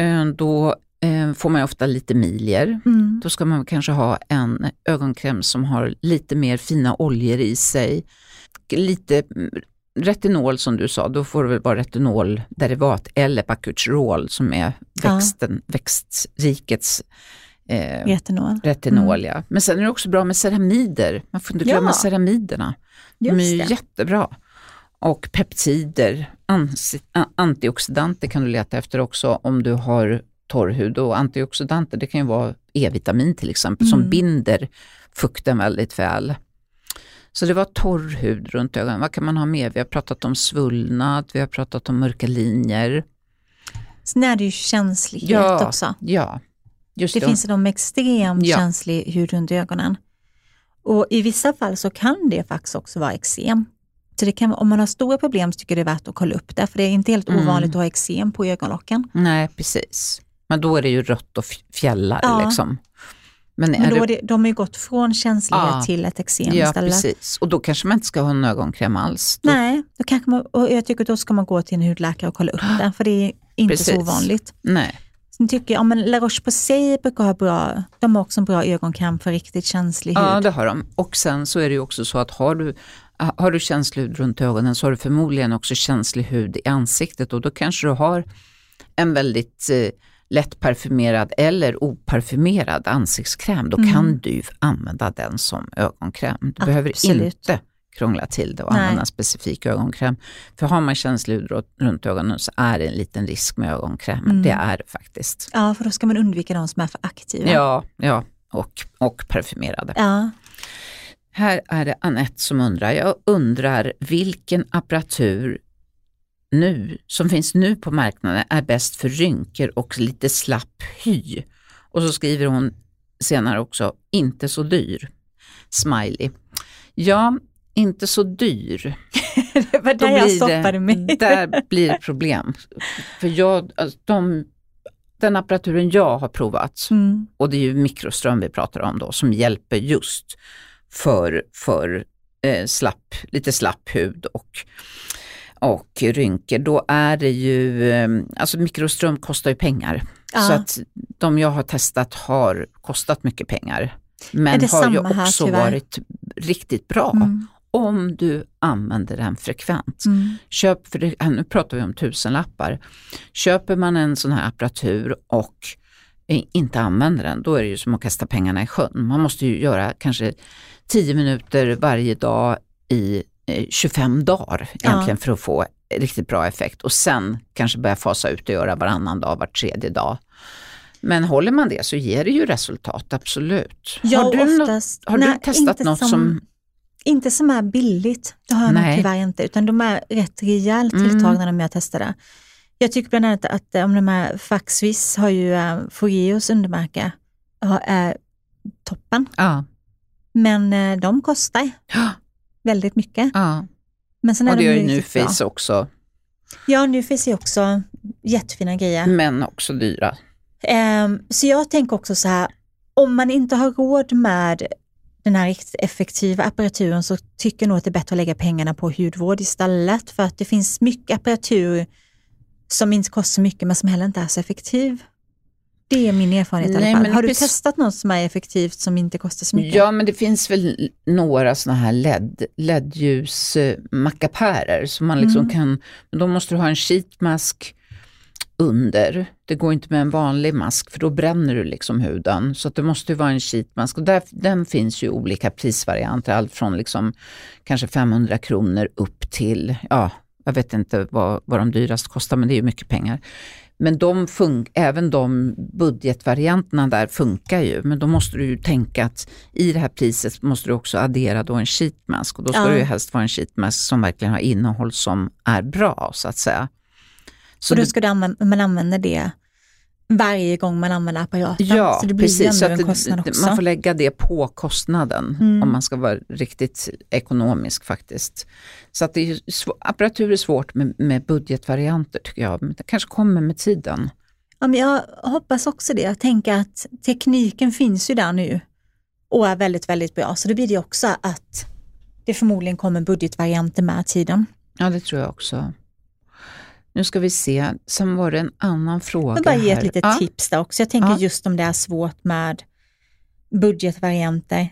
då får man ofta lite milier. Då ska man kanske ha en ögonkräm som har lite mer fina oljor i sig. Lite retinol som du sa, då får det väl vara retinolderivat eller bakuchiol som är växtrikets retinol. Ja. Men sen är det också bra med ceramider. Man får inte glömma ceramiderna. De är ju jättebra. Och peptider, antioxidanter kan du leta efter också om du har torr hud. Och antioxidanter, det kan ju vara E-vitamin till exempel som binder fukten väldigt väl. Så det var torr hud runt ögonen. Vad kan man ha med? Vi har pratat om svullnad, vi har pratat om mörka linjer. Sen är det ju känslighet också. Ja, just det. Finns de extremt känslig hud runt ögonen. Och i vissa fall så kan det faktiskt också vara eksem. Så det kan, om man har stora problem så tycker jag det är värt att kolla upp det. För det är inte helt ovanligt att ha eksem på ögonlocken. Nej, precis. Men då är det ju rött och fjällar liksom. Men då de har ju gått från känslighet till ett eksem istället. Ja, precis. Och då kanske man inte ska ha en ögonkräm alls. Nej, då kanske och jag tycker att då ska man gå till en hudläkare och kolla upp det. För det är inte så ovanligt. Nej. Sen tycker jag, men La Roche-Posay brukar ha de har också en bra ögonkräm för riktigt känslig hud. Ja, det har de. Och sen så är det ju också så att har du känslig hud runt ögonen så har du förmodligen också känslig hud i ansiktet. Och då kanske du har en väldigt lätt parfymerad eller oparfymerad ansiktskräm. Då kan du använda den som ögonkräm. Du behöver inte krångla till det och använda en specifik ögonkräm. För har man känslig hud runt ögonen så är det en liten risk med ögonkräm. Det är det faktiskt. Ja, för då ska man undvika de som är för aktiva. Ja, och parfymerade. Ja. Här är det Annette som undrar. Jag undrar vilken apparatur som finns nu på marknaden är bäst för rynkor och lite slapp hy. Och så skriver hon senare också, inte så dyr. Smiley. Ja, inte så dyr. Det var där jag stoppade mig. Där blir det problem. För den apparaturen jag har provat, och det är ju mikroström vi pratar om då, som hjälper just för lite slapp hud och rynkor, då är det ju, alltså mikroström kostar ju pengar. Så att de jag har testat har kostat mycket pengar. Men har ju också varit riktigt bra om du använder den frekvent. Köp, för det, nu pratar vi om 1000-lappar. Köper man en sån här apparatur och inte använder den, då är det ju som att kasta pengarna i sjön. Man måste ju göra kanske 10 minuter varje dag i 25 dagar egentligen för att få riktigt bra effekt. Och sen kanske börja fasa ut och göra varannan dag, var tredje dag. Men håller man det så ger det ju resultat, absolut. Ja, har du testat något som... Inte som är billigt, det har jag nog tyvärr inte, utan de är rätt rejält tilltagna när jag testade. Jag tycker bland annat att om de här Faxvis har ju Foreos undermärke är toppen. Ja. Men de kostar väldigt mycket. Ja. Men sen och det är gör ju NuFace också. Ja, NuFace är också jättefina grejer. Men också dyra. Så jag tänker också så här, om man inte har råd med den här riktigt effektiva apparaturen så tycker jag nog att det är bättre att lägga pengarna på hudvård istället, för att det finns mycket apparatur som inte kostar mycket men som heller inte är så effektiv. Det är min erfarenhet i alla fall. Har du testat något som är effektivt som inte kostar så mycket? Ja, men det finns väl några såna här LED-ljus mackapärer som man liksom kan, men då måste du ha en sheetmask under. Det går inte med en vanlig mask för då bränner du liksom huden. Så att det måste ju vara en sheetmask. Och den finns ju olika prisvarianter. Allt från liksom kanske 500 kronor upp till, jag vet inte vad de dyrast kostar, men det är ju mycket pengar. Men även de budgetvarianterna där funkar ju. Men då måste du ju tänka att i det här priset måste du också addera då en sheetmask. Och då ska det ju helst vara en sheetmask som verkligen har innehåll som är bra, så att säga. Så då ska man använda det varje gång man använder apparaten. Ja, så det blir precis. Så en kostnad också. Man får lägga det på kostnaden om man ska vara riktigt ekonomisk faktiskt. Så att apparatur är svårt med budgetvarianter tycker jag. Men det kanske kommer med tiden. Ja, men jag hoppas också det. Jag tänker att tekniken finns ju där nu och är väldigt, väldigt bra. Så det blir det också att det förmodligen kommer budgetvarianter med tiden. Ja, det tror jag också. Nu ska vi se, sen var det en annan fråga. Jag bara ge ett litet tips där också. Jag tänker just om det är svårt med budgetvarianter.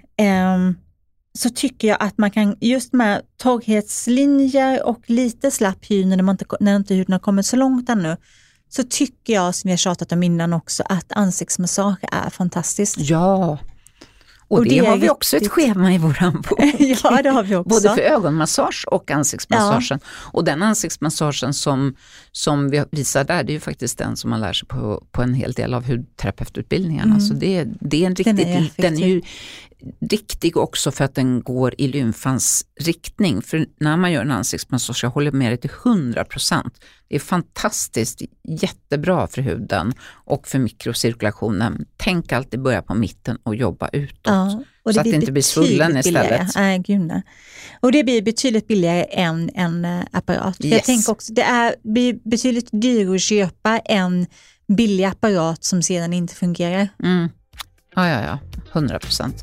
Så tycker jag att man kan just med torrhetslinjer och lite slapp hy när inte huden har kommit så långt ännu. Så tycker jag, som jag tjatat om innan också, att ansiktsmassage är fantastiskt. Ja. Och det har vi också ett schema i våran bok. Ja, det har vi också. Både för ögonmassage och ansiktsmassagen. Ja. Och den ansiktsmassagen som vi visar där, det är ju faktiskt den som man lär sig på en hel del av hudterapeututbildningarna. Så det är en riktigt, den är ju riktig också för att den går i lymfans riktning. För när man gör en ansiktsmassage, jag håller med dig till 100%. Det är fantastiskt, jättebra för huden och för mikrocirkulationen. Tänk alltid börja på mitten och jobba utåt. Ja, och så att det inte blir svullen istället. Och det blir betydligt billigare än en apparat. Yes. Jag tänker också, blir betydligt dyrare att köpa en billig apparat som sedan inte fungerar. Ja, 100%.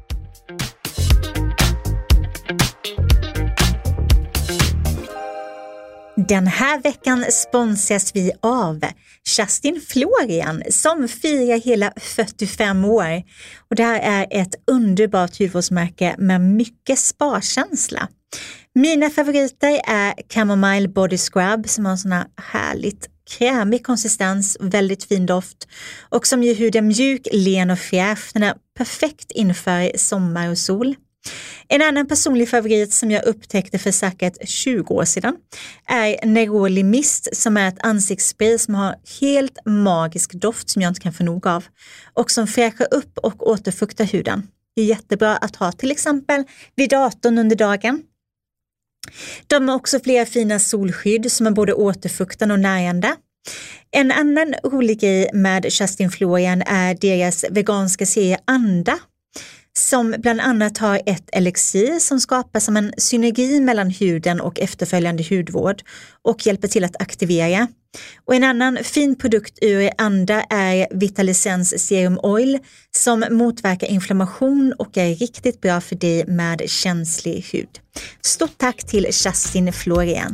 Den här veckan sponsras vi av Justin Florian som firar hela 45 år. Och det här är ett underbart hudvårdsmärke med mycket sparkänsla. Mina favoriter är Chamomile Body Scrub som har en sån här härligt krämig konsistens, väldigt fin doft och som gör huden mjuk, len och fräsch. Den är perfekt inför sommar och sol. En annan personlig favorit som jag upptäckte för säkert 20 år sedan är Neroli Mist som är ett ansiktsspray som har helt magisk doft som jag inte kan få nog av och som fräschar upp och återfuktar huden. Det är jättebra att ha till exempel vid datorn under dagen. De har också flera fina solskydd som är både återfuktande och närande. En annan rolig grej med Justin Florian är deras veganska serie Anda som bland annat har ett elixir som skapar som en synergi mellan huden och efterföljande hudvård och hjälper till att aktivera. Och en annan fin produkt ur Anda är Vitalisens Serum Oil som motverkar inflammation och är riktigt bra för dig med känslig hud. Stort tack till Kerstin Florén.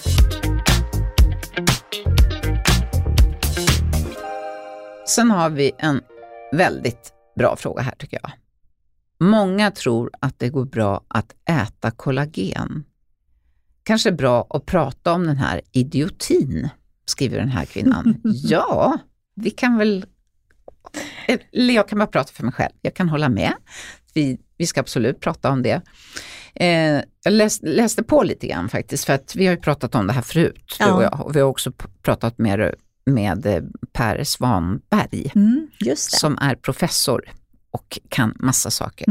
Sen har vi en väldigt bra fråga här tycker jag. Många tror att det går bra att äta kollagen. Kanske bra att prata om den här idiotin, skriver den här kvinnan. Ja, vi kan väl... Jag kan bara prata för mig själv. Jag kan hålla med. Vi ska absolut prata om det. Jag läste på lite grann faktiskt, för att vi har ju pratat om det här förut, du och jag. Och vi har också pratat med Per Svanberg, just det. Som är professor och kan massa saker.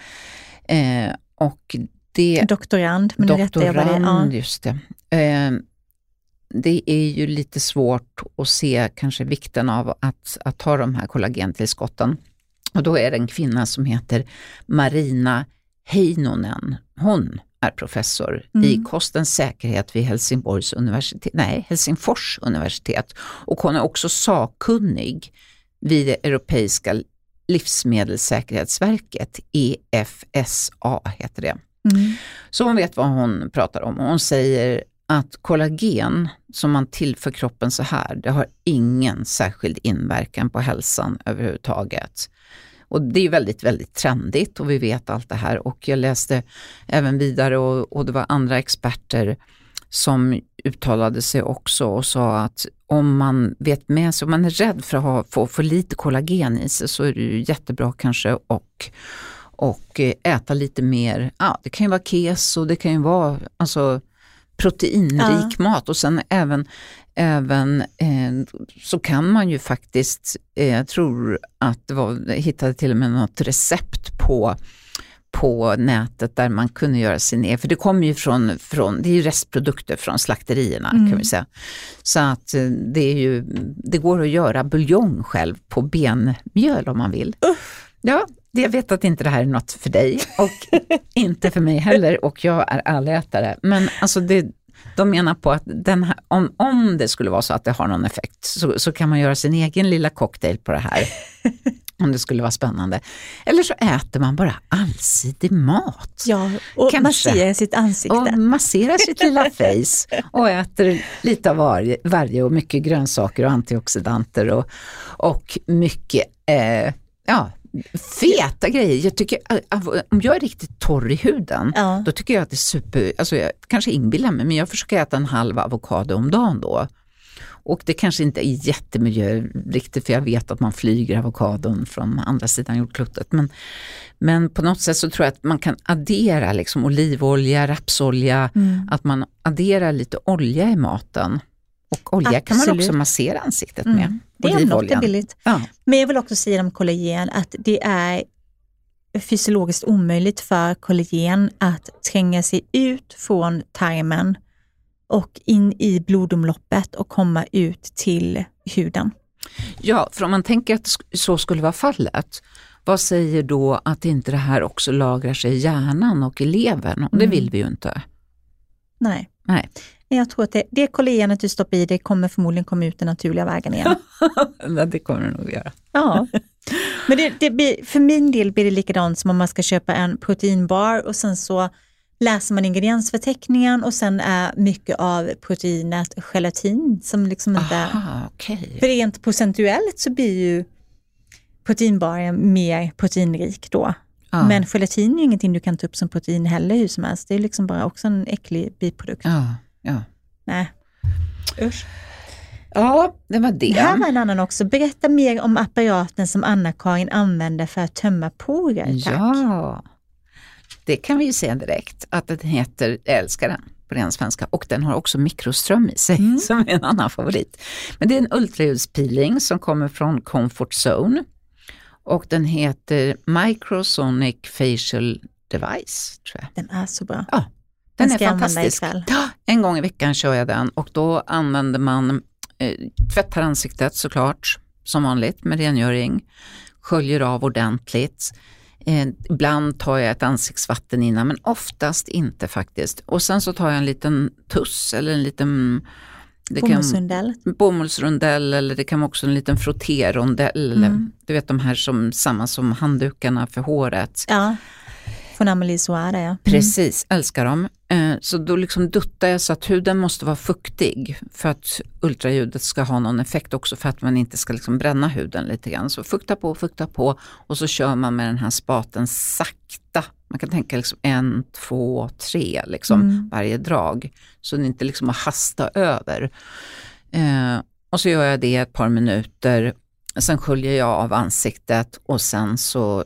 Och det... Doktorand, men doktorand, just det. Det är ju lite svårt att se kanske vikten av att ta de här kollagentillskotten. Och då är det en kvinna som heter Marina Heinonen. Hon är professor i kostens säkerhet vid Helsingfors universitet. Och hon är också sakkunnig vid det europeiska livsmedelssäkerhetsverket, EFSA heter det. Så hon vet vad hon pratar om. Och hon säger att kollagen som man tillför kroppen så här, det har ingen särskild inverkan på hälsan överhuvudtaget. Och det är väldigt, väldigt trendigt och vi vet allt det här. Och jag läste även vidare och det var andra experter som uttalade sig också och sa att om man vet med sig, om man är rädd för att få för lite kollagen i sig, så är det ju jättebra kanske och äta lite mer. Ja, det kan ju vara keso, det kan ju vara alltså proteinrik mat, och sen även så kan man ju faktiskt, jag tror att hittade till och med något recept på nätet där man kunde göra sin egen, för det kommer ju från det är ju restprodukter från slakterierna kan vi säga. Så att det går att göra buljong själv på benmjöl om man vill. Ja, jag vet att inte det här är något för dig och inte för mig heller, och jag är allätare. Men alltså de menar på att den här, om det skulle vara så att det har någon effekt, så kan man göra sin egen lilla cocktail på det här. Om det skulle vara spännande. Eller så äter man bara allsidig mat. Ja, och masserar sitt ansikte. Och masserar sitt lilla face. Och äter lite av varje och mycket grönsaker och antioxidanter och mycket feta grejer. Jag tycker, om jag är riktigt torr i huden, då tycker jag att det är super, alltså jag kanske inbillar mig, men jag försöker äta en halv avokado om dagen då. Och det kanske inte är jättemiljö riktigt, för jag vet att man flyger avokadon från andra sidan jordklotet. Men på något sätt så tror jag att man kan addera liksom olivolja, rapsolja, att man adderar lite olja i maten. Och olja kan man också massera ansiktet med. Det är billigt. Ja. Men jag vill också säga om kollagen att det är fysiologiskt omöjligt för kollagen att tränga sig ut från tarmen och in i blodomloppet och komma ut till huden. Ja, för om man tänker att så skulle vara fallet, vad säger då att inte det här också lagrar sig i hjärnan och i levern? Och det vill vi ju inte. Nej. Jag tror att det kollagenet du stoppar i, det kommer förmodligen komma ut den naturliga vägen igen. Det kommer det nog göra. Ja. Men det blir, för min del blir det likadant som om man ska köpa en proteinbar och sen så läser man ingrediensförteckningen och sen är mycket av proteinet gelatin som liksom inte... För rent procentuellt så blir ju proteinbaren mer proteinrik då. Men gelatin är ju ingenting du kan ta upp som protein heller hur som helst. Det är liksom bara också en äcklig biprodukt. Ja. Nej. Usch. Ja, det var det. Här var en annan också. Berätta mer om apparaten som Anna-Karin använder för att tömma porer, tack. Ja, det kan vi ju säga direkt. Att den heter, jag älskar den på ren svenska. Och den har också mikroström i sig som är en annan favorit. Men det är en ultraljudspeeling som kommer från Comfort Zone. Och den heter Microsonic Facial Device, tror jag. Den är så bra. Ja, den är fantastisk. En gång i veckan kör jag den och då använder man tvättar ansiktet såklart som vanligt med rengöring, sköljer av ordentligt, Ibland tar jag ett ansiktsvatten innan, men oftast inte faktiskt. Och sen så tar jag en liten tuss eller en liten bomullsrundell, eller det kan vara också en liten frotterrondell. Eller, du vet de här samma som handdukarna för håret. Ja, från Amelie Soada, ja. Precis, älskar dem. Så då liksom duttar jag så att huden måste vara fuktig för att ultraljudet ska ha någon effekt också, för att man inte ska liksom bränna huden lite grann. Så fukta på och så kör man med den här spaten sakta. Man kan tänka liksom 1, 2, 3 liksom varje drag, så det inte liksom att hasta över. Och så gör jag det ett par minuter. Sen sköljer jag av ansiktet och sen så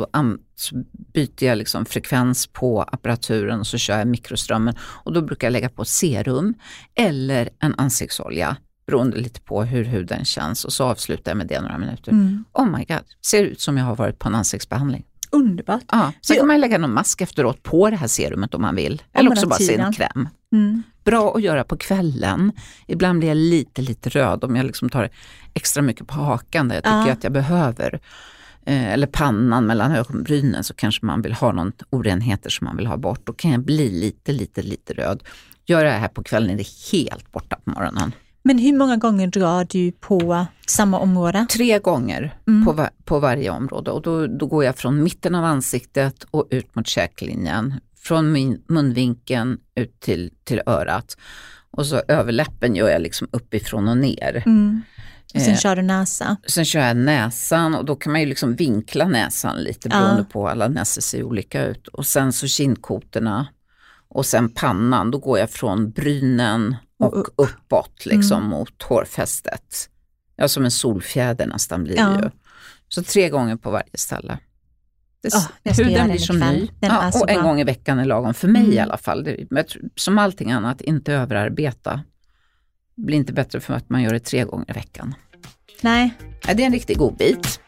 byter jag liksom frekvens på apparaturen och så kör jag mikroströmmen. Och då brukar jag lägga på serum eller en ansiktsolja, beroende lite på hur huden känns. Och så avslutar jag med det några minuter. Oh my god, ser ut som jag har varit på en ansiktsbehandling. Underbart. Ja, så kan man lägga någon mask efteråt på det här serumet om man vill. Eller också bara sin kräm. Bra att göra på kvällen. Ibland blir jag lite röd om jag liksom tar extra mycket på hakan där jag tycker att jag behöver. Eller pannan mellan ögonbrynen, så kanske man vill ha någon orenheter som man vill ha bort. Då kan jag bli lite röd. Gör det här på kvällen är det helt borta på morgonen. Men hur många gånger drar du på samma område? 3 gånger på varje område. Och då går jag från mitten av ansiktet och ut mot käklinjen. Från munvinkeln ut till örat. Och så överläppen gör jag liksom uppifrån och ner. Och sen kör du näsa. Sen kör jag näsan, och då kan man ju liksom vinkla näsan lite beroende på, alla näsor ser olika ut. Och sen så kindkotorna och sen pannan. Då går jag från brynen och uppåt liksom mot hårfästet. Ja, som en solfjäder nästan blir det ju. Så 3 gånger på varje ställe. Huden blir som ny. Och en gång i veckan är lagom för mig i alla fall. Som allting annat, inte överarbeta. Det blir inte bättre för att man gör det 3 gånger i veckan. Nej. Ja, det är en riktig god bit.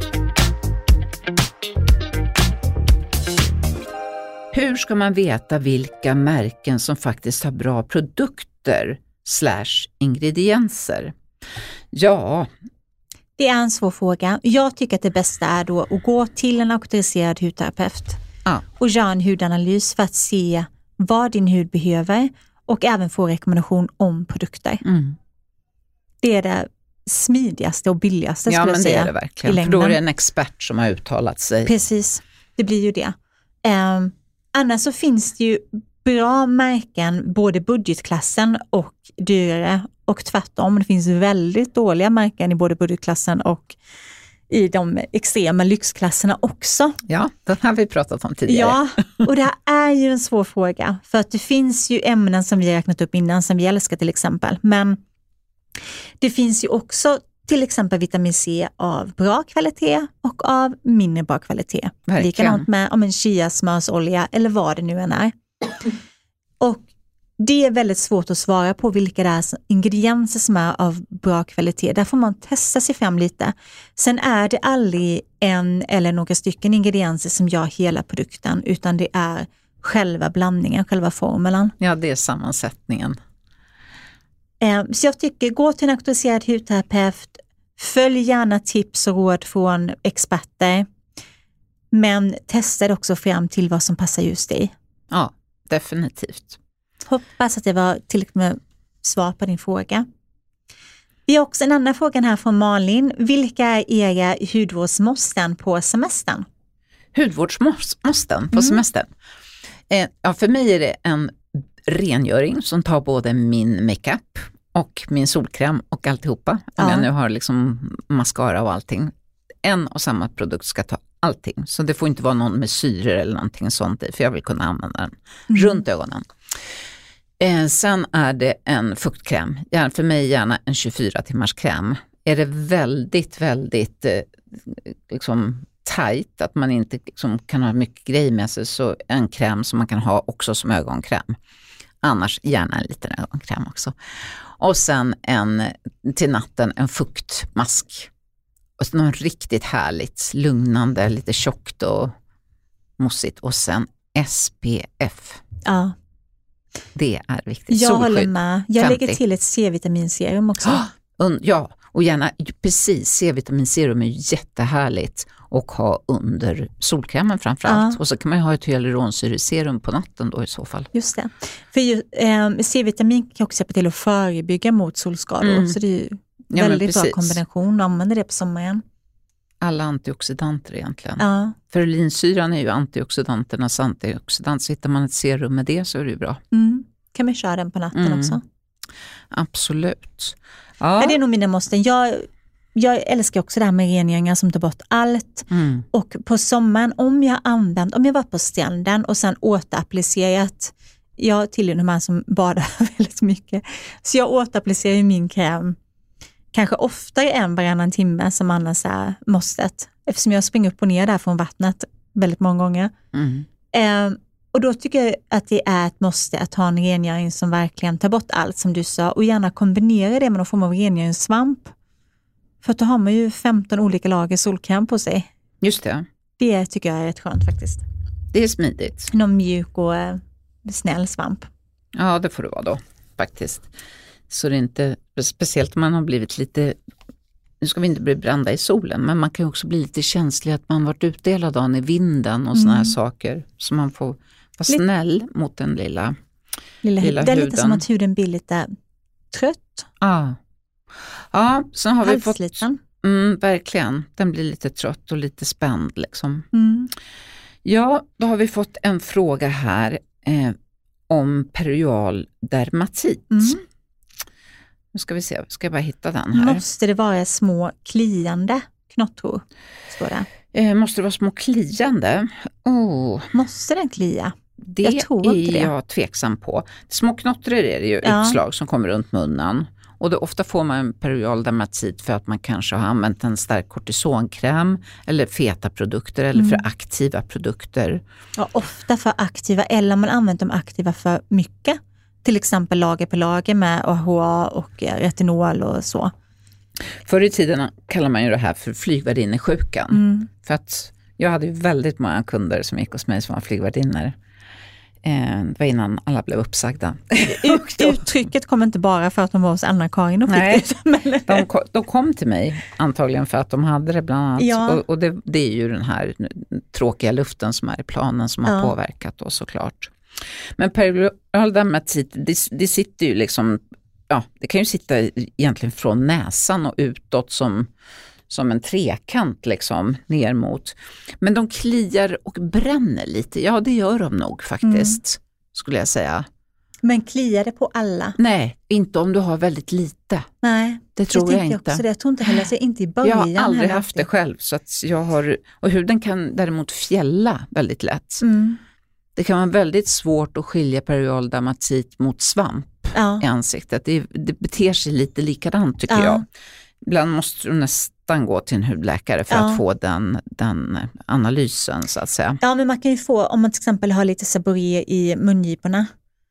Hur ska man veta vilka märken som faktiskt har bra produkter / ingredienser? Ja. Det är en svår fråga. Jag tycker att det bästa är då att gå till en auktoriserad hudterapeut och göra en hudanalys för att se vad din hud behöver och även få rekommendation om produkter. Det är det smidigaste och billigaste skulle jag säga. Ja, men det är det verkligen. För då är det en expert som har uttalat sig. Precis, det blir ju det. Annars så finns det ju bra märken, både budgetklassen och dyrare, och tvärtom. Det finns väldigt dåliga märken i både budgetklassen och i de extrema lyxklasserna också. Ja, den har vi pratat om tidigare. Ja, och det här är ju en svår fråga. För att det finns ju ämnen som vi har räknat upp innan som vi älskar till exempel. Men det finns ju också till exempel vitamin C av bra kvalitet och av mindre bra kvalitet. Likadant med om en chiasmörsolja eller vad det nu än är. Och det är väldigt svårt att svara på vilka det är ingredienser som är av bra kvalitet. Där får man testa sig fram lite. Sen är det aldrig en eller några stycken ingredienser som gör hela produkten, utan det är själva blandningen, själva formulan. Ja, det är sammansättningen. Så jag tycker, gå till en auktoriserad hudterapeut, följ gärna tips och råd från experter, men testa det också fram till vad som passar just dig. Ja, definitivt. Hoppas att det var tillräckligt med svar på din fråga. Vi har också en annan fråga här från Malin. Vilka är era hudvårdsmåsten på semestern? Hudvårdsmåsten på semestern? Ja, för mig är det en rengöring som tar både min makeup och min solkräm och alltihopa. Om jag nu har liksom mascara och allting. En och samma produkt ska ta allting. Så det får inte vara någon med syror eller någonting sånt i, för jag vill kunna använda den runt ögonen. Sen är det en fuktkräm. För mig gärna en 24 timmars kräm. Är det väldigt liksom tajt, att man inte liksom kan ha mycket grej med sig, så en kräm som man kan ha också som ögonkräm. Annars gärna en liten ögonkräm också. Och sen till natten en fuktmask. Och något riktigt härligt, lugnande, lite tjockt och mossigt. Och sen SPF. Ja. Det är viktigt. Jag håller med. Jag lägger till ett C-vitaminserum också. Ja, Och gärna, precis, C-vitamin serum är jättehärligt och ha under solkrämen framförallt. Och så kan man ju ha ett hyaluronsyreserum på natten då i så fall. Just det. För C-vitamin kan också hjälpa till att förebygga mot solskador. Så det är ju väldigt bra kombination att använda det på sommaren. Alla antioxidanter egentligen. Ferulinsyran är ju antioxidanternas antioxidant. Så hittar man ett serum med det så är det ju bra. Kan man köra den på natten också? Absolut. Ja. Det är nog mina måsten. Jag älskar också det här med rengöringar som tar bort allt. Och på sommaren, om jag var på stranden och sen återapplicerat, jag tillhör de här som badar väldigt mycket. Så jag återapplicerar ju min kräm kanske oftare än varannan timme som annars är måstet. Eftersom jag springer upp och ner där från vattnet väldigt många gånger. Och då tycker jag att det är ett måste att ha en rengöring som verkligen tar bort allt som du sa. Och gärna kombinera det med någon form av rengöringssvamp. För att då har man ju 15 olika lager solkräm på sig. Just det. Det tycker jag är rätt skönt faktiskt. Det är smidigt. Någon mjuk och snäll svamp. Ja, det får det vara då faktiskt. Så det är inte, speciellt om man har blivit lite, nu ska vi inte bli brända i solen, men man kan också bli lite känslig att man varit ute hela dagen i vinden och såna här saker. Så man får vara snäll mot den lilla huden. Det är lite som att huden blir lite trött. Ja, sen har vi fått... verkligen, den blir lite trött och lite spänd liksom. Ja, då har vi fått en fråga här om perial dermatit. Nu ska vi se, ska jag bara hitta den här. Måste det vara små kliande knottror? Står det. Måste det vara små kliande? Måste den klia? Det är jag tveksam på. Små knottror är det ju utslag som kommer runt munnen. Och ofta får man perial dermatit för att man kanske har använt en stark kortisonkräm eller feta produkter eller för aktiva produkter. Ja, ofta för aktiva, eller man använt de aktiva för mycket. Till exempel lager på lager med AHA och retinol och så. Förr i tiden kallar man ju det här för flygvärdinnesjukan. För att jag hade ju väldigt många kunder som gick hos mig som var flygvärdinnor. Det var innan alla blev uppsagda. Uttrycket kom inte bara för att de var hos Anna-Karin och fick det. De kom till mig antagligen för att de hade det bland annat. Ja. Och det är ju den här tråkiga luften som är i planen som har påverkat då såklart. Men perial dermatit, det sitter ju liksom, det kan ju sitta egentligen från näsan och utåt som en trekant liksom ner mot. Men de kliar och bränner lite. Ja, det gör de nog faktiskt, skulle jag säga. Men kliar det på alla? Nej, inte om du har väldigt lite. Nej, det tror jag inte. Jag tror inte heller, så inte i början. Jag har aldrig haft det själv. Så att och huden kan däremot fjälla väldigt lätt. Det kan vara väldigt svårt att skilja perial dermatit mot svamp i ansiktet. Det beter sig lite likadant tycker jag. Ibland måste du nästan gå till en hudläkare för att få den analysen så att säga. Ja, men man kan ju få, om man till exempel har lite seborré i mungiporna,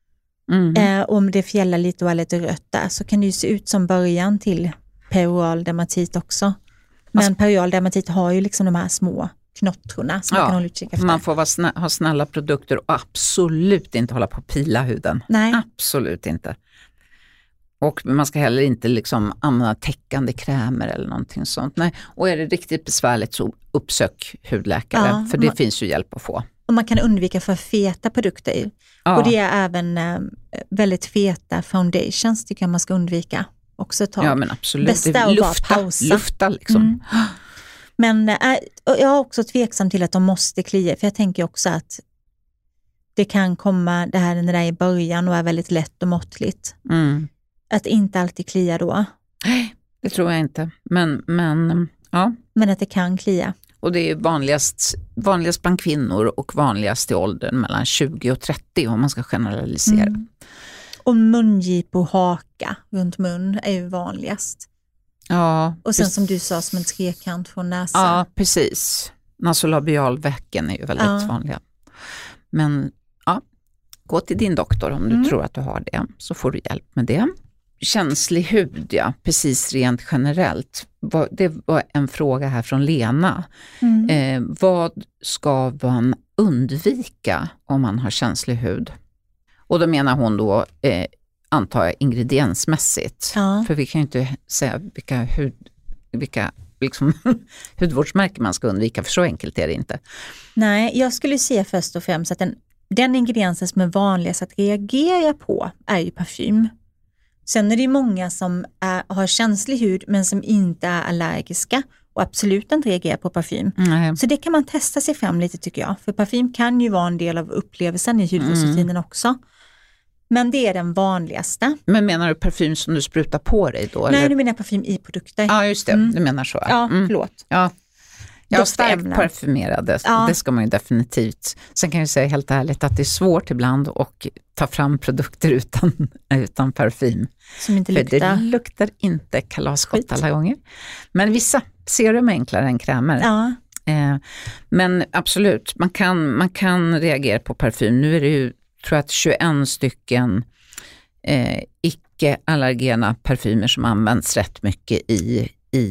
om det fjällar lite och är lite rött där, så kan det ju se ut som början till perial dermatit också. Men perial dermatit har ju liksom de här små knottrorna som man kan hålla utkik efter. Man får ha snälla produkter och absolut inte hålla på att pila huden. Nej. Absolut inte. Och man ska heller inte liksom använda täckande krämer eller någonting sånt. Nej. Och är det riktigt besvärligt så uppsök hudläkare. För det finns ju hjälp att få. Och man kan undvika för feta produkter. Och det är även väldigt feta foundations tycker jag man ska undvika. Också ett tag. Ja, men absolut. Bästa att bara pausa. Lufta liksom. Men jag är också tveksam till att de måste klia. För jag tänker också att det kan komma det här när det är i början och är väldigt lätt och måttligt. Att inte alltid klia då. Nej, det tror jag inte. Men ja. Men att det kan klia. Och det är vanligast bland kvinnor och vanligast i åldern mellan 20 och 30 om man ska generalisera. Och mungip och haka runt mun är ju vanligast. Ja. Och sen som du sa som en trekant från näsan. Ja, precis. Nasolabialvecken är ju väldigt vanliga. Men gå till din doktor om du tror att du har det, så får du hjälp med det. Känslig hud, precis rent generellt. Det var en fråga här från Lena. Vad ska man undvika om man har känslig hud? Och då menar hon då antar jag ingrediensmässigt. Ja. För vi kan ju inte säga vilka liksom, hudvårdsmärken man ska undvika, för så enkelt är det inte. Nej, jag skulle säga först och främst att den ingrediensen som är vanligast att reagera på är ju parfym. Sen är det ju många som har känslig hud men som inte är allergiska och absolut inte reagerar på parfym. Nej. Så det kan man testa sig fram lite tycker jag. För parfym kan ju vara en del av upplevelsen i hudvårdsrutinen också. Men det är den vanligaste. Men menar du parfym som du sprutar på dig då? Nej, eller? du menar parfym i produkter. Ja, just det. Du menar så. Ja, förlåt. Ja. Ja, starkt Doftämnen. parfymerade, det ska man ju definitivt. Sen kan jag säga helt ärligt att det är svårt ibland att ta fram produkter utan parfym. Som inte För luktar. det luktar inte kalasgott alla gånger. Men vissa serum är enklare än krämer. Ja. Men absolut, man kan reagera på parfym. Nu är det ju, tror jag, att 21 stycken icke-allergena parfymer som används rätt mycket i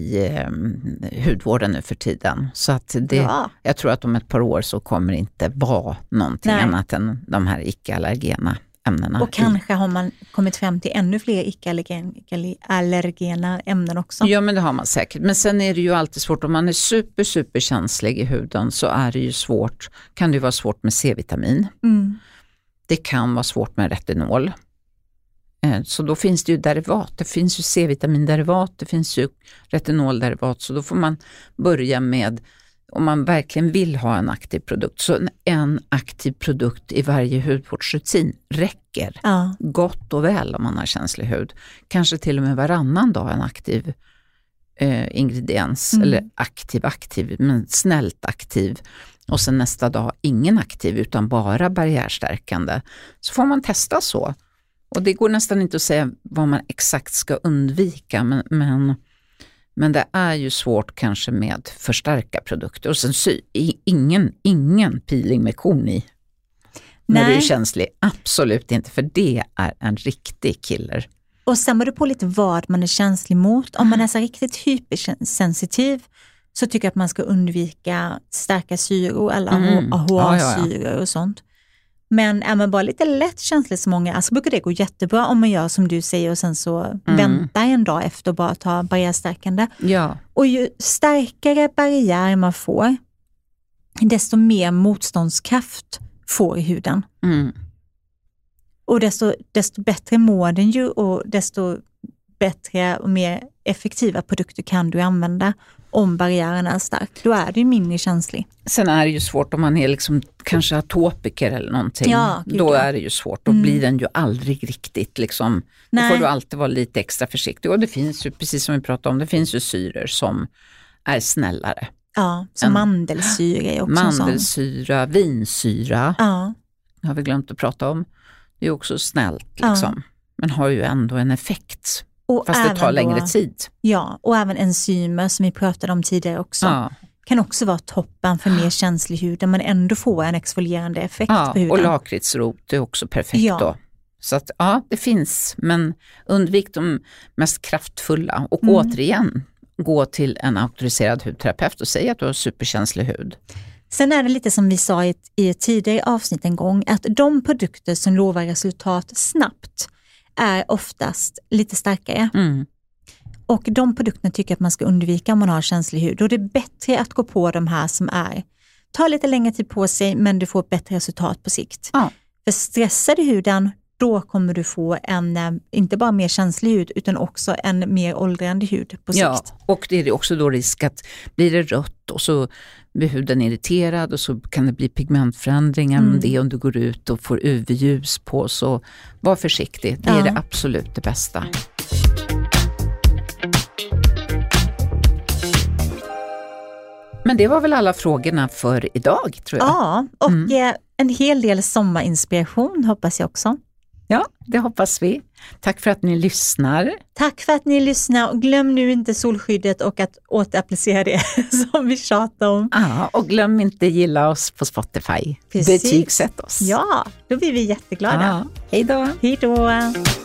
hudvården nu för tiden. Så att jag tror att om ett par år så kommer det inte vara någonting annat än de här icke-allergena ämnena. Och kanske har man kommit fram till ännu fler icke-allergena ämnen också. Ja, men det har man säkert. Men sen är det ju alltid svårt, om man är super känslig i huden så är det ju svårt, kan det ju vara svårt med C-vitamin. Det kan vara svårt med retinol. Så då finns det ju derivat, det finns ju C-vitaminderivat, det finns ju retinolderivat, så då får man börja med, om man verkligen vill ha en aktiv produkt, så en aktiv produkt i varje hudvårdsrutin räcker gott och väl om man har känslig hud. Kanske till och med varannan dag en aktiv ingrediens, eller aktiv, men snällt aktiv. Och sen nästa dag ingen aktiv utan bara barriärstärkande. Så får man testa så. Och det går nästan inte att säga vad man exakt ska undvika, men det är ju svårt kanske med för starka produkter. Och sen ingen peeling med korn i. När du är känslig, absolut inte, för det är en riktig killer. Och sen beror det på lite vad man är känslig mot. Om man är så riktigt hypersensitiv så tycker jag att man ska undvika starka syror eller AHA-syror och sånt. Men är man bara lite lätt känslig som många, så brukar det gå jättebra om man gör som du säger och sen så vänta en dag efter och bara ta barriärstärkande. Ja. Och ju starkare barriär man får, desto mer motståndskraft får i huden. Och desto bättre mår den ju, och desto bättre och mer effektiva produkter kan du använda om barriären är stark. Då är du mindre känslig. Sen är det ju svårt om man är liksom kanske atopiker eller någonting. Då är det ju svårt. Då blir den ju aldrig riktigt liksom. Då får du alltid vara lite extra försiktig. Och det finns ju, precis som vi pratade om, det finns ju syror som är snällare. Ja, som mandelsyra är också mandelsyra, vinsyra. Har vi glömt att prata om. Det är också snällt liksom. Men har ju ändå en effekt. Och fast det tar längre tid. Ja, och även enzymer som vi pratade om tidigare också. Kan också vara toppen för mer känslig hud, där man ändå får en exfolierande effekt på huden. Och lakritsrot är också perfekt då. Så att det finns, men undvik de mest kraftfulla. Och återigen, gå till en auktoriserad hudterapeut och säga att du har superkänslig hud. Sen är det lite som vi sa i ett tidigare avsnitt en gång, att de produkter som lovar resultat snabbt är oftast lite starkare. Och de produkterna tycker jag att man ska undvika om man har känslig hud. Och det är bättre att gå på de här som tar lite längre tid på sig, men du får ett bättre resultat på sikt. För stressar du huden, då kommer du få inte bara mer känslig hud utan också en mer åldrande hud på sikt. Ja, och det är också då risk att blir det rött och så blir huden irriterad och så kan det bli pigmentförändringar med det om du går ut och får UV-ljus på, så var försiktig. Det är det absolut det bästa. Men det var väl alla frågorna för idag, tror jag. Ja, och en hel del sommarinspiration hoppas jag också. Ja, det hoppas vi. Tack för att ni lyssnar. Tack för att ni lyssnar, och glöm nu inte solskyddet och att återapplicera det som vi tjatar om. Ja, och glöm inte gilla oss på Spotify. Precis. Betygsätt oss. Ja, då blir vi jätteglada. Hej då. Hej då.